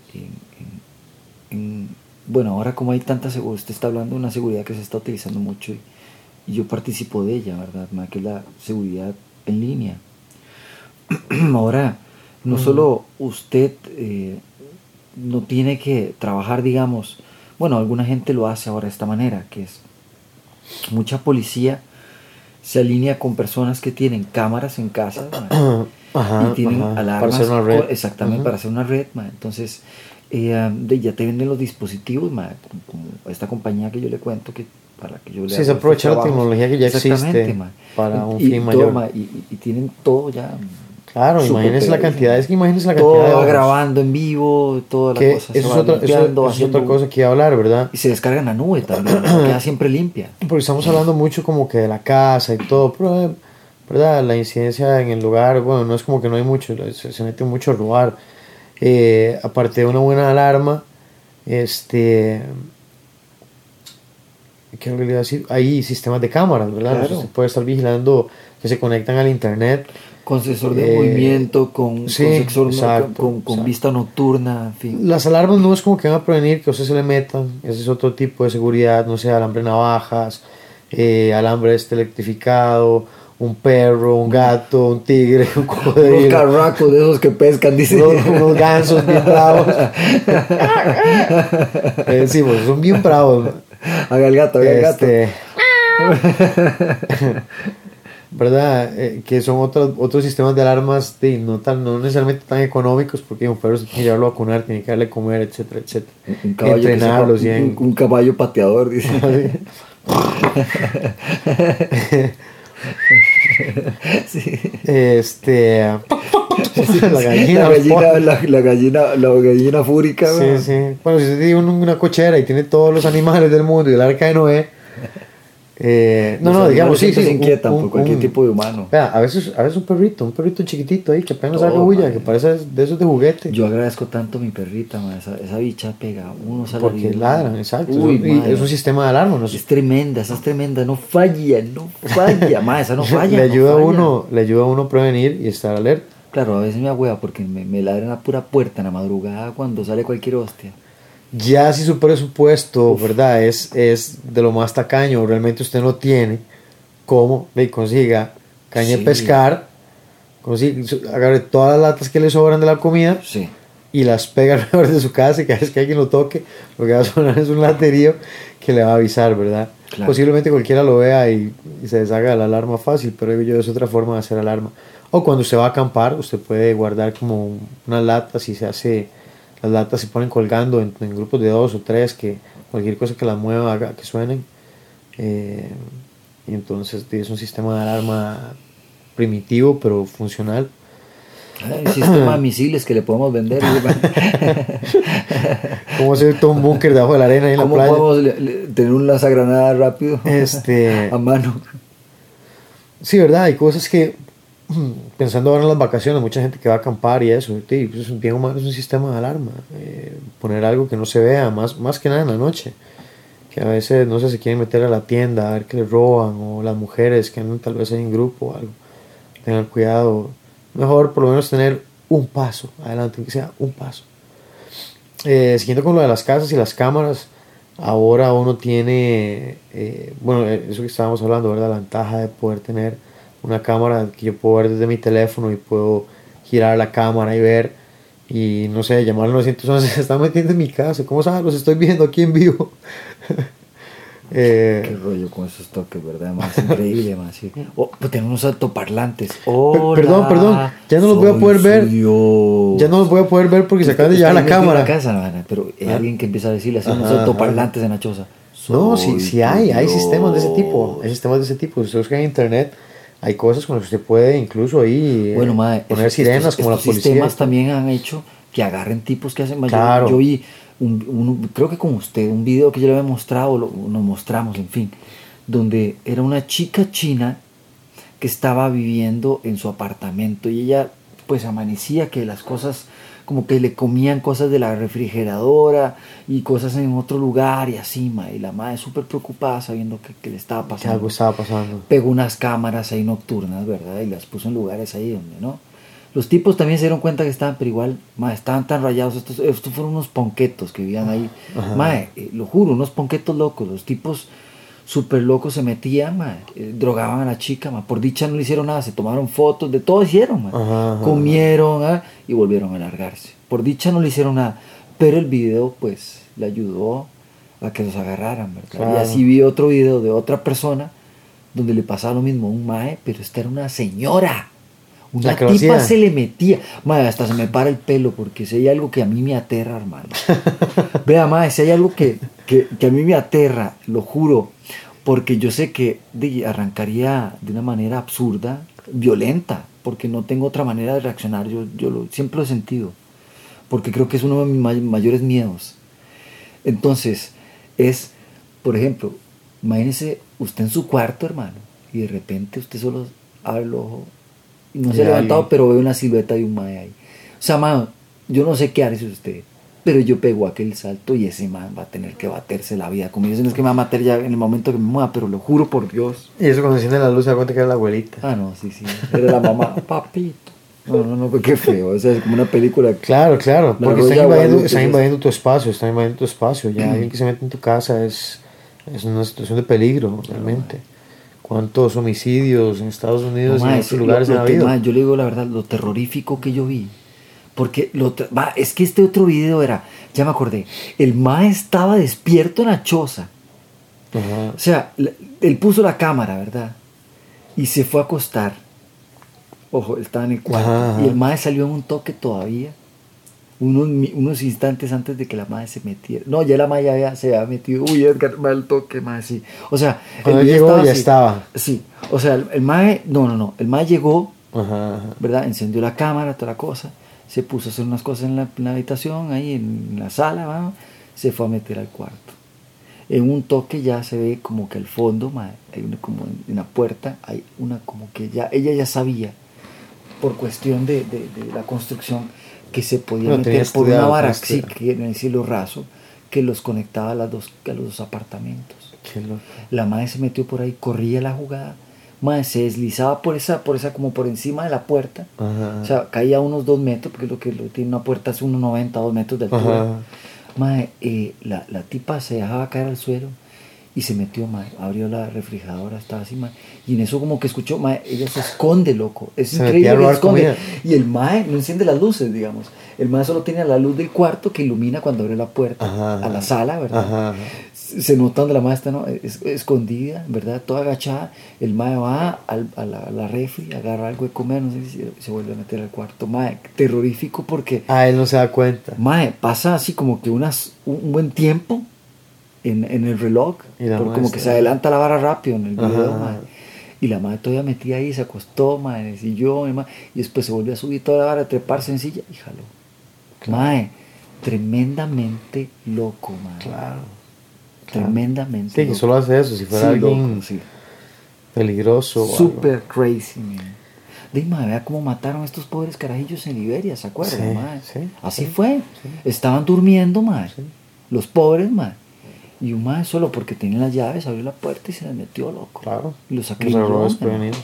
bueno, ahora como hay tanta seguridad, usted está hablando de una seguridad que se está utilizando mucho y yo participo de ella, ¿verdad? Que es la seguridad en línea. Ahora, no solo usted no tiene que trabajar, digamos, bueno, alguna gente lo hace ahora de esta manera, que es mucha policía se alinea con personas que tienen cámaras en casa y tienen alarmas para hacer una red. Exactamente, para hacer una red. Entonces ya te venden los dispositivos, como esta compañía que yo le cuento que para que yo le se aprovecha la tecnología que ya existe para un fin mayor y tienen todo ya. Claro, imagínense la cantidad, todo va grabando en vivo, toda la cosa eso es otra cosa que iba a hablar, ¿verdad? Y se descarga en la nube también, queda siempre limpia. Porque estamos hablando mucho como que de la casa y todo, pero ¿verdad? La incidencia en el lugar, bueno, no es como que no hay mucho, se mete mucho a robar. Aparte de una buena alarma, ¿qué le iba a decir? Hay sistemas de cámaras, ¿verdad? Claro. Usted puede estar vigilando que se conectan al internet. Con sensor de movimiento, con vista nocturna, en fin. Las alarmas no es como que van a prevenir que a usted se le metan, ese es otro tipo de seguridad, no sé, alambre navajas, alambre electrificado, un perro, un gato, un tigre, un Unos cocodrilo, carracos de esos que pescan, dice. unos gansos bien bravos. Sí, pues son bien bravos. Haga el gato, haga el gato. ¿Verdad? Que son otros sistemas de alarmas no necesariamente tan económicos, porque un perro se tiene que llevarlo a vacunar, tiene que darle a comer, etcétera, etcétera. Un caballo entrenarlos que sepa, un caballo pateador, dice. Sí. La gallina fúrica. Sí, sí. Bueno, si usted tiene una cochera y tiene todos los animales del mundo y el arca de Noé, digamos, sí, se inquietan por cualquier tipo de humano. Vea, a veces un perrito chiquitito ahí que apenas haga bulla, que parece de esos de juguete. Yo agradezco tanto a mi perrita, man, esa bicha pega uno sale. Porque ladran, exacto. Uy, es un sistema de alarma, ¿no? Es tremenda, esa es tremenda, no falla, ma, esa no falla. le ayuda a uno a prevenir y estar alerta. Claro, a veces me agüea porque me ladran a pura puerta en la madrugada cuando sale cualquier hostia. Ya si su presupuesto, ¿verdad? Es de lo más tacaño, realmente usted no tiene cómo le consiga caña de pescar, agarre todas las latas que le sobran de la comida y las pega alrededor de su casa, y cada vez que alguien lo toque, lo que va a sonar es un laterío que le va a avisar, ¿verdad? Claro. Posiblemente cualquiera lo vea y se deshaga de la alarma fácil, pero es otra forma de hacer alarma. O cuando usted va a acampar, usted puede guardar como unas latas y las latas se ponen colgando en grupos de 2 o 3, que cualquier cosa que las mueva haga que suenen. Y entonces es un sistema de alarma primitivo pero funcional. El sistema de misiles que le podemos vender. ¿Cómo hacer todo un búnker debajo de la arena ahí en la playa? ¿Cómo podemos tener un lanzagranadas rápido a mano? Sí, verdad, hay cosas que, pensando ahora en las vacaciones, mucha gente que va a acampar y eso, pues bien o mal es un sistema de alarma. Poner algo que no se vea, más que nada en la noche, que a veces no sé, se quieren meter a la tienda a ver que les roban, o las mujeres que andan tal vez en grupo o algo. Tengan cuidado, mejor por lo menos tener un paso adelante, que sea un paso. Siguiendo con lo de las casas y las cámaras, ahora uno tiene, eso que estábamos hablando, ¿verdad? La ventaja de poder tener una cámara que yo puedo ver desde mi teléfono y puedo girar la cámara y ver, y no sé, llamar al 911, se está metiendo en mi casa, ¿cómo sabes? Los estoy viendo aquí en vivo. Qué rollo con esos toques, ¿verdad? Más increíble, más sí. Pues tenemos unos altoparlantes. Perdón, ya no los voy a poder ver. Ya no los voy a poder ver porque se acaban de llevar la cámara. En la casa, pero hay alguien que empieza a decirle así, unos altoparlantes en la choza. No, sí hay sistemas de ese tipo. Hay sistemas de ese tipo. Si usted busca en internet, hay cosas con las que usted puede incluso ahí poner sirenas como la policía. Los sistemas también han hecho que agarren tipos que hacen mayor. Claro. Yo vi creo que con usted, un video que yo le había mostrado, nos mostramos, en fin, donde era una chica china que estaba viviendo en su apartamento y ella pues amanecía que las cosas, como que le comían cosas de la refrigeradora y cosas en otro lugar y así, y la madre súper preocupada sabiendo que le estaba pasando. Que algo estaba pasando. Pegó unas cámaras ahí nocturnas, ¿verdad? Y las puso en lugares ahí donde no. Los tipos también se dieron cuenta que estaban, pero igual, estaban tan rayados. Estos fueron unos ponquetos que vivían ahí. Lo juro, unos ponquetos locos. Los tipos súper locos se metían, drogaban a la chica. Por dicha no le hicieron nada, se tomaron fotos, de todo hicieron. Comieron y volvieron a largarse. Por dicha no le hicieron nada. Pero el video, pues, le ayudó a que los agarraran, ¿verdad? Claro. Y así vi otro video de otra persona donde le pasaba lo mismo a un pero esta era una señora. Una tipa se le metía. Hasta se me para el pelo porque si hay algo que a mí me aterra, hermano. Vea, si hay algo que a mí me aterra, lo juro, porque yo sé que arrancaría de una manera absurda, violenta, porque no tengo otra manera de reaccionar. Yo siempre lo he sentido, porque creo que es uno de mis mayores miedos. Entonces, por ejemplo, imagínese usted en su cuarto, hermano, y de repente usted solo abre el ojo y no se ha levantado, pero ve una silueta de un mae ahí. O sea, man, yo no sé qué hace usted, pero yo pego aquel salto y ese man va a tener que baterse la vida conmigo. No es que me va a matar ya en el momento que me mueva, pero lo juro por Dios. Y eso cuando enciende la luz se da cuenta que era la abuelita. No, sí, era la mamá. Papito. No, qué feo. O sea, es como una película. Claro, porque están invadiendo tu espacio, Ya alguien que se mete en tu casa es una situación de peligro, realmente. cuántos homicidios en Estados Unidos No, y en mae, otros lugares han que, habido. mae, yo le digo la verdad, lo terrorífico que yo vi. Porque es que este otro video era, ya me acordé, el mae estaba despierto en la choza. Ajá. O sea, él puso la cámara, ¿verdad? Y se fue a acostar. Ojo, él estaba en el cuarto. Ajá. Y el mae salió en un toque todavía. Unos instantes antes de que la mae se metiera. No, ya la mae se había metido. Uy, Edgar, mal toque, mae, sí. O sea, Cuando el video llegó ya así. estaba. Sí, o sea, el mae, no. El mae llegó, Ajá, ajá. ¿verdad? Encendió la cámara, toda la cosa. Se puso a hacer unas cosas en la habitación, ahí en la sala, ¿va? Se fue a meter al cuarto. En un toque ya se ve como que al fondo, mae, hay una, como en la puerta, hay una como que ya, ella ya sabía, por cuestión de la construcción, que se podía Bueno, tenía meter por una estudiado, vara, tenía sí, estudiado. que en el cielo raso, que los conectaba a los dos apartamentos. Qué loco. La madre se metió por ahí, corría la jugada, madre se deslizaba por esa, como por encima de la puerta, Ajá. o sea, caía a unos 2 metros, porque lo que tiene una puerta es 1,90, 2 metros de altura. Ajá. Madre, la tipa se dejaba caer al suelo y se metió, madre, abrió la refrigeradora, estaba así, madre, y en eso como que escuchó, madre, ella se esconde, loco, es Se increíble metía a que se robar esconde, comida. y el mae no enciende las luces, digamos, el mae solo tiene la luz del cuarto que ilumina cuando abre la puerta Ajá. a la sala, ¿verdad? Ajá. Se nota donde la madre está, ¿no? Escondida, ¿verdad? Toda agachada. El mae va a la refri, agarra algo de comer, no sé si se vuelve a meter al cuarto. Mae, terrorífico porque, Ah, él no se da cuenta. mae, pasa así como que un buen tiempo en el reloj, Y la como mae que está- se adelanta la vara rápido en el video, Ajá. mae. Y la madre todavía metida ahí, se acostó, mae, en el sillón, mae, y después se volvió a subir toda la vara, a treparse en silla y jaló. Claro. Mae, tremendamente loco, mae. Claro. Tremendamente Sí, que loco. solo hace eso. Si fuera Sí, alguien loco, sí. peligroso. o algo. Super crazy, man. Dime, vea cómo mataron a estos pobres carajillos en Liberia, ¿se acuerdan, Sí, mae? sí, Así sí, fue. sí. Estaban durmiendo, mae. Sí. Los pobres, mae. Y un mae solo porque tenía las llaves abrió la puerta y se las metió, loco. Claro. Y los Los agarró acribilló, mae. desprevenidos.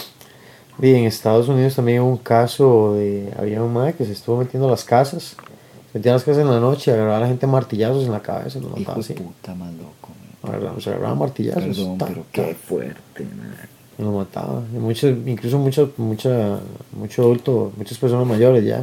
Y en Estados Unidos también hubo un caso de. Había un mae que se estuvo metiendo a las casas. Se metía a las casas en la noche y agarraba a la gente a martillazos en la cabeza y los Hijo mataba de así. puta, más loco, mae. Se agarraba a martillazos. Perdón, ta, pero ta, qué fuerte, mae. y los mataba. Y mucho adulto, muchas personas mayores ya.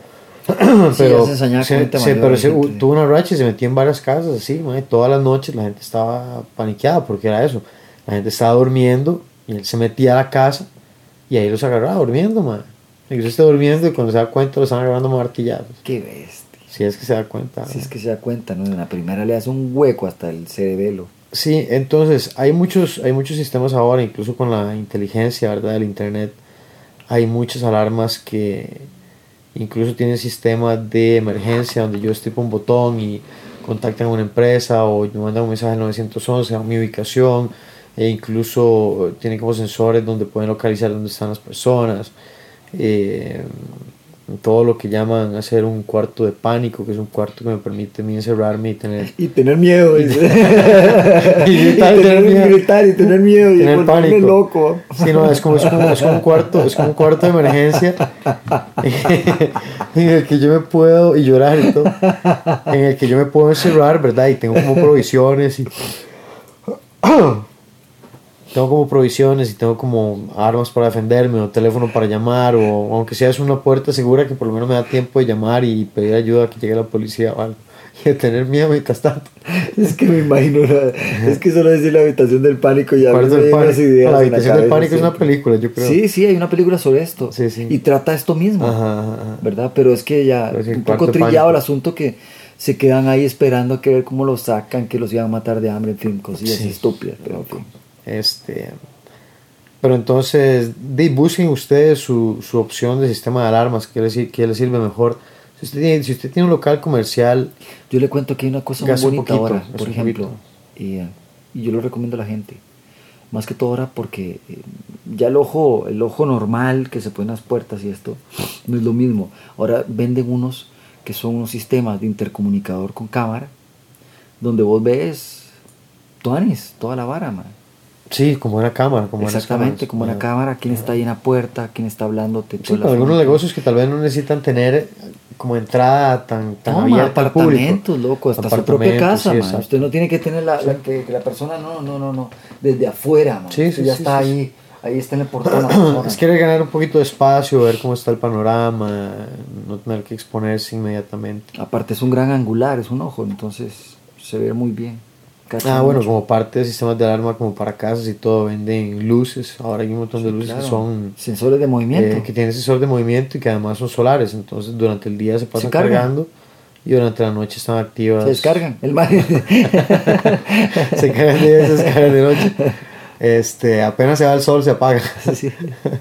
ya se ensañaba con gente mayor, pero gente. tuvo una racha y se metió en varias casas así, mae. Todas las noches la gente estaba paniqueada porque era eso. La gente estaba durmiendo y él se metía a la casa y ahí los agarraba durmiendo, man. Y yo está durmiendo y cuando se da cuenta lo están agarrando a martillazos. Qué bestia. Si es que se da cuenta. Si es que se da cuenta, ¿no? En la primera le hace un hueco hasta el cerebelo. Sí, entonces hay muchos sistemas ahora, incluso con la inteligencia, ¿verdad? Del internet, hay muchas alarmas que incluso tienen sistemas de emergencia donde yo estipo un botón y contactan a una empresa o me mandan un mensaje al 911 a mi ubicación, e incluso tienen como sensores donde pueden localizar dónde están las personas. Todo lo que llaman hacer un cuarto de pánico, que es un cuarto que me permite a mí encerrarme y tener Y tener miedo, dice. y gritar, y tener miedo. gritar y tener miedo y Tener volverme pánico. loco. Sí, no, es como un cuarto de emergencia en el que yo me puedo, y llorar y todo, en el que yo me puedo encerrar, ¿verdad? Y tengo como provisiones y tengo como armas para defenderme, o teléfono para llamar, o aunque sea es una puerta segura que por lo menos me da tiempo de llamar y pedir ayuda a que llegue la policía o algo. Y de tener miedo mientras tanto. Es que me imagino, es que solo decir la habitación del pánico ya Cuarto me del vienen pánico. las ideas La en habitación del cabeza pánico es una siempre. película, yo creo. Sí, sí, hay una película sobre esto. Sí, sí. Y trata esto mismo, Ajá, ajá. ¿verdad? Pero es que ya Pero sí, un cuarto poco de trillado pánico. el asunto que se quedan ahí esperando a que ver cómo los sacan, que los iban a matar de hambre, en fin, cosillas Sí. estúpidas, pero en fin. Pero entonces, busquen ustedes su opción de sistema de alarmas, que les sirve mejor. Si usted tiene un local comercial, Yo le cuento que hay una cosa muy Gaste un bonita poquito, ahora, gaste por un ejemplo, poquito. y yo lo recomiendo a la gente, más que todo ahora porque ya el ojo normal que se pone en las puertas y esto no es lo mismo. Ahora venden unos que son unos sistemas de intercomunicador con cámara, donde vos ves toda la vara, man. Sí, como una cámara, como Exactamente, como una cámara, quién está ahí en la puerta, quién está hablándote. Sí, para algunos negocios que tal vez no necesitan tener como entrada tan abierta al público. Apartamentos, loco, hasta su propia casa, sí, usted no tiene que tener que la persona, no, desde afuera, man. Sí, sí, ya está ahí está en el portón. Es querer ganar un poquito de espacio, ver cómo está el panorama, no tener que exponerse inmediatamente. Aparte es un gran angular, es un ojo, entonces se ve muy bien. Bueno, como parte de sistemas de alarma como para casas y todo, venden luces. Ahora hay un montón de luces que son sensores de movimiento, que tienen sensor de movimiento y que además son solares. Entonces durante el día se pasan cargando y durante la noche están activas. Se descargan, se cargan de día y se descargan de noche. Apenas se va el sol se apaga. Sí.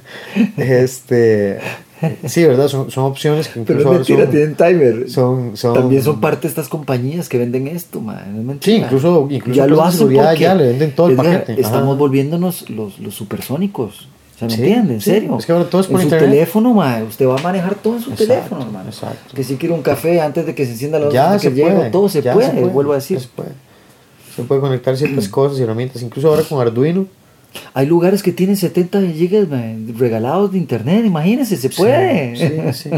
Sí, verdad, son opciones que incluso pero es mentira, tienen timer. También son parte de estas compañías que venden esto, man. Sí, incluso ya lo hacen porque ya le venden todo el paquete. Estamos volviéndonos los supersónicos. O sea, ¿me entienden? ¿En serio? Es que ahora todo es por en internet. Su teléfono, man. Usted va a manejar todo en su teléfono, man. Exacto. Que si quiere un café antes de que se encienda la luz, que llegue, todo se puede, vuelvo a decir. Se puede conectar ciertas cosas y herramientas, incluso ahora con Arduino. Hay lugares que tienen 70 gigas regalados de internet, imagínense, se puede. Sí.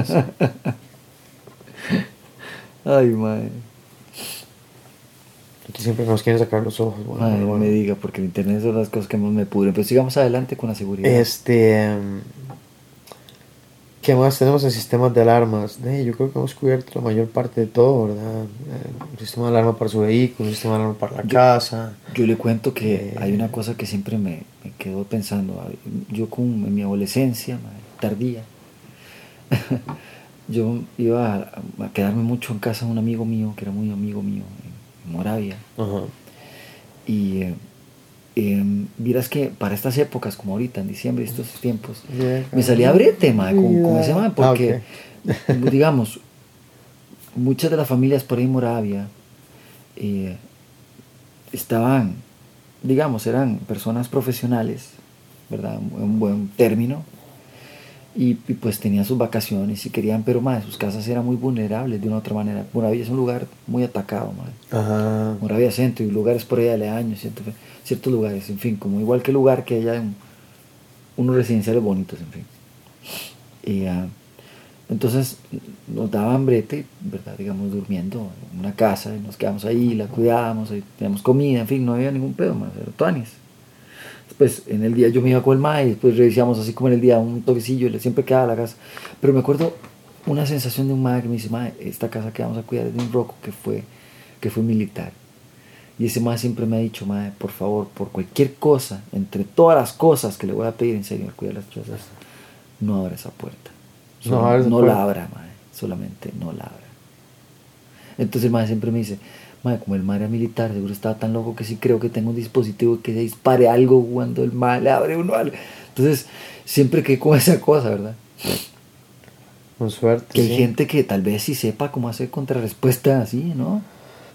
Ay, madre. Aquí siempre nos quieren sacar los ojos. Bueno, no me diga, porque el internet son las cosas que más me pudren. Pero sigamos adelante con la seguridad. ¿Qué más tenemos en sistemas de alarmas? Yo creo que hemos cubierto la mayor parte de todo, ¿verdad? Un sistema de alarma para su vehículo, un sistema de alarma para la casa. Yo le cuento que hay una cosa que siempre me quedó pensando. Yo en mi adolescencia, tardía, yo iba a quedarme mucho en casa de un amigo mío, que era muy amigo mío, en Moravia. Uh-huh. Y miras que para estas épocas, como ahorita, en diciembre, estos tiempos, me salía brete, con ese man, porque, digamos, muchas de las familias por ahí en Moravia estaban, digamos, eran personas profesionales, ¿verdad? Un buen término, y pues tenían sus vacaciones y querían, pero más, sus casas eran muy vulnerables de una u otra manera. Moravia es un lugar muy atacado, Ajá. Moravia Centro y lugares por ahí aledaños, ciertos lugares, en fin, como igual que lugar que haya unos residenciales bonitos, en fin. Y entonces nos daban brete, ¿verdad? Digamos, durmiendo en una casa, y nos quedamos ahí, la cuidábamos, ahí teníamos comida, en fin, no había ningún pedo más, era tuanis. Después en el día yo me iba con el mae y después revisamos así como en el día un toquecillo, siempre quedaba la casa. Pero me acuerdo una sensación de un mae que me dice, mae, esta casa que vamos a cuidar es de un roco que fue militar. Y ese mae siempre me ha dicho, mae, por favor, por cualquier cosa, entre todas las cosas que le voy a pedir en serio al cuidar las cosas, no abra esa puerta. No la abra, mae, solamente no la abra. Entonces el mae siempre me dice, mae, como el mae era militar, seguro estaba tan loco que sí creo que tengo un dispositivo que se dispare algo cuando el mae le abre uno algo. Entonces siempre quedé con esa cosa, ¿verdad? Con suerte. Que hay gente que tal vez sí sepa cómo hacer contrarrespuesta así, ¿no?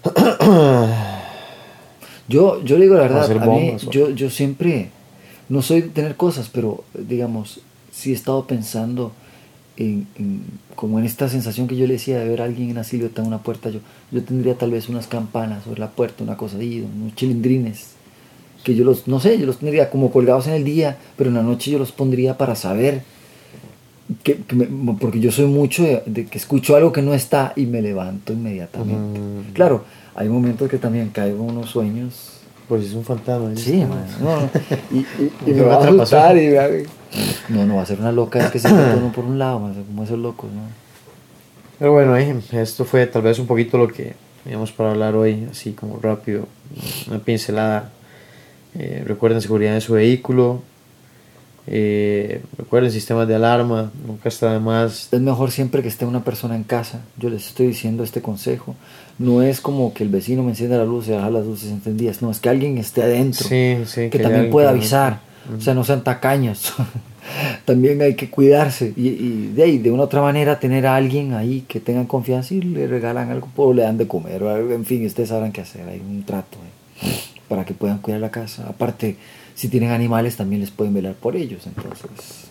Yo le digo la verdad, a mí, yo siempre, no soy de tener cosas, pero digamos, sí he estado pensando como en esta sensación que yo le decía de ver a alguien en la silueta en una puerta. Yo tendría tal vez unas campanas sobre la puerta, una cosa ahí, unos chilindrines, que yo los tendría como colgados en el día, pero en la noche yo los pondría para saber, porque yo soy mucho de que escucho algo que no está y me levanto inmediatamente. Claro, hay momentos que también caigo en unos sueños. Pues es un fantasma. Sí, man. No. Y me va a asustar y no va a ser una loca, es que se mete uno por un lado, man, como esos locos, ¿no? Pero bueno, esto fue tal vez un poquito lo que teníamos para hablar hoy, así como rápido, una pincelada. Recuerden seguridad de su vehículo. Recuerden sistemas de alarma, nunca está de más. Es mejor siempre que esté una persona en casa. Yo les estoy diciendo este consejo. No es como que el vecino me encienda la luz y deja las luces encendidas. No, es que alguien esté adentro, que también pueda avisar. O sea, no sean tacaños. También hay que cuidarse y de una u otra manera tener a alguien ahí que tengan confianza y le regalan algo o le dan de comer o algo. En fin, ustedes sabrán qué hacer. Hay un trato para que puedan cuidar la casa. Aparte, si tienen animales también les pueden velar por ellos. Entonces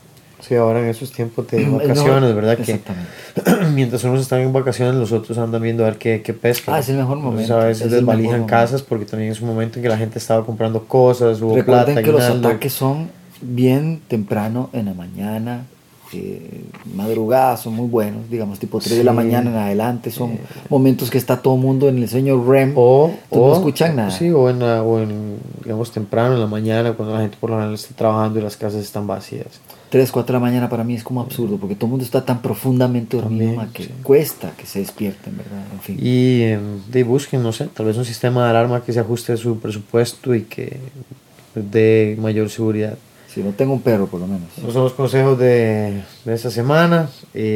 Sí, ahora en esos tiempos de Es vacaciones, mejor, ¿verdad? Que exactamente. mientras unos están en vacaciones, los otros andan viendo a ver qué pescan. Es el mejor Entonces momento. a Es veces el mejor desvalijan momento. casas porque también es un momento en que la gente estaba comprando cosas, hubo Recuerden plata, que los aguinaldo. ataques son bien temprano en la mañana, madrugadas son muy buenos, digamos tipo 3 de la Sí. mañana en adelante, son momentos que está todo el mundo en el sueño REM, O no escuchan nada. Sí, o en, digamos, temprano en la mañana, cuando la gente por lo general está trabajando y las casas están vacías. 3, 4 de la mañana para mí es como absurdo, porque todo el mundo está tan profundamente dormido, También, que sí. cuesta que se despierten, ¿verdad? En fin. Y busquen, no sé, tal vez un sistema de alarma que se ajuste a su presupuesto y que les dé mayor seguridad. Si no tengo un perro, por lo menos. Esos son los consejos de esta semana.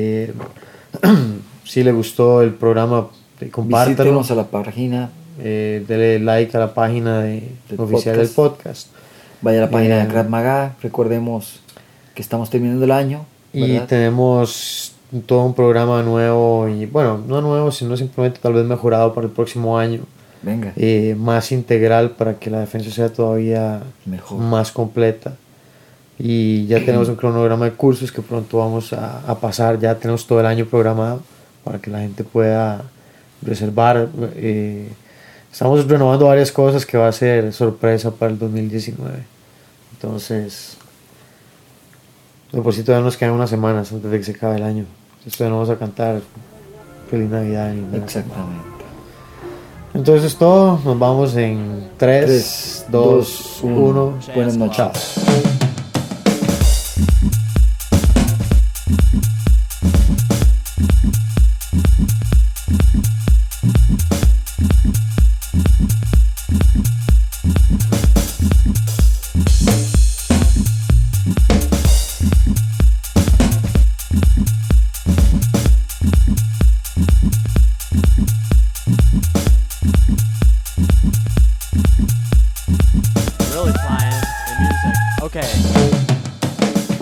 Si le gustó el programa, compártalo. Visítenos a la página, Dele like a la página oficial del podcast. vaya a la página de Eh, Krav Maga, recordemos que estamos terminando el año, Y ¿verdad? tenemos todo un programa nuevo, y bueno, no nuevo, sino simplemente tal vez mejorado para el próximo año. Venga, Más integral para que la defensa sea todavía Mejor. más completa. Y ya tenemos un cronograma de cursos que pronto vamos a pasar. Ya tenemos todo el año programado para que la gente pueda reservar. Estamos renovando varias cosas que va a ser sorpresa para el 2019. Entonces, de por sí todavía nos quedan unas semanas antes de que se acabe el año. Entonces todavía no vamos a cantar Feliz Navidad ni nada. exactamente. Entonces es todo. Nos vamos en 3, 3, 2, 1. Buenas noches. Chao. Really flying the music. Okay.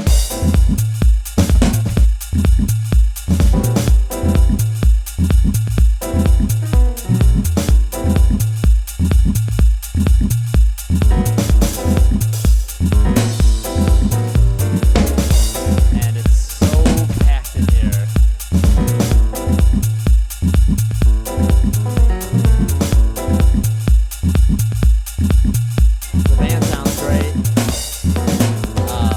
And it's so packed in here. The band sounds great.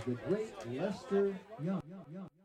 the great Lester Young.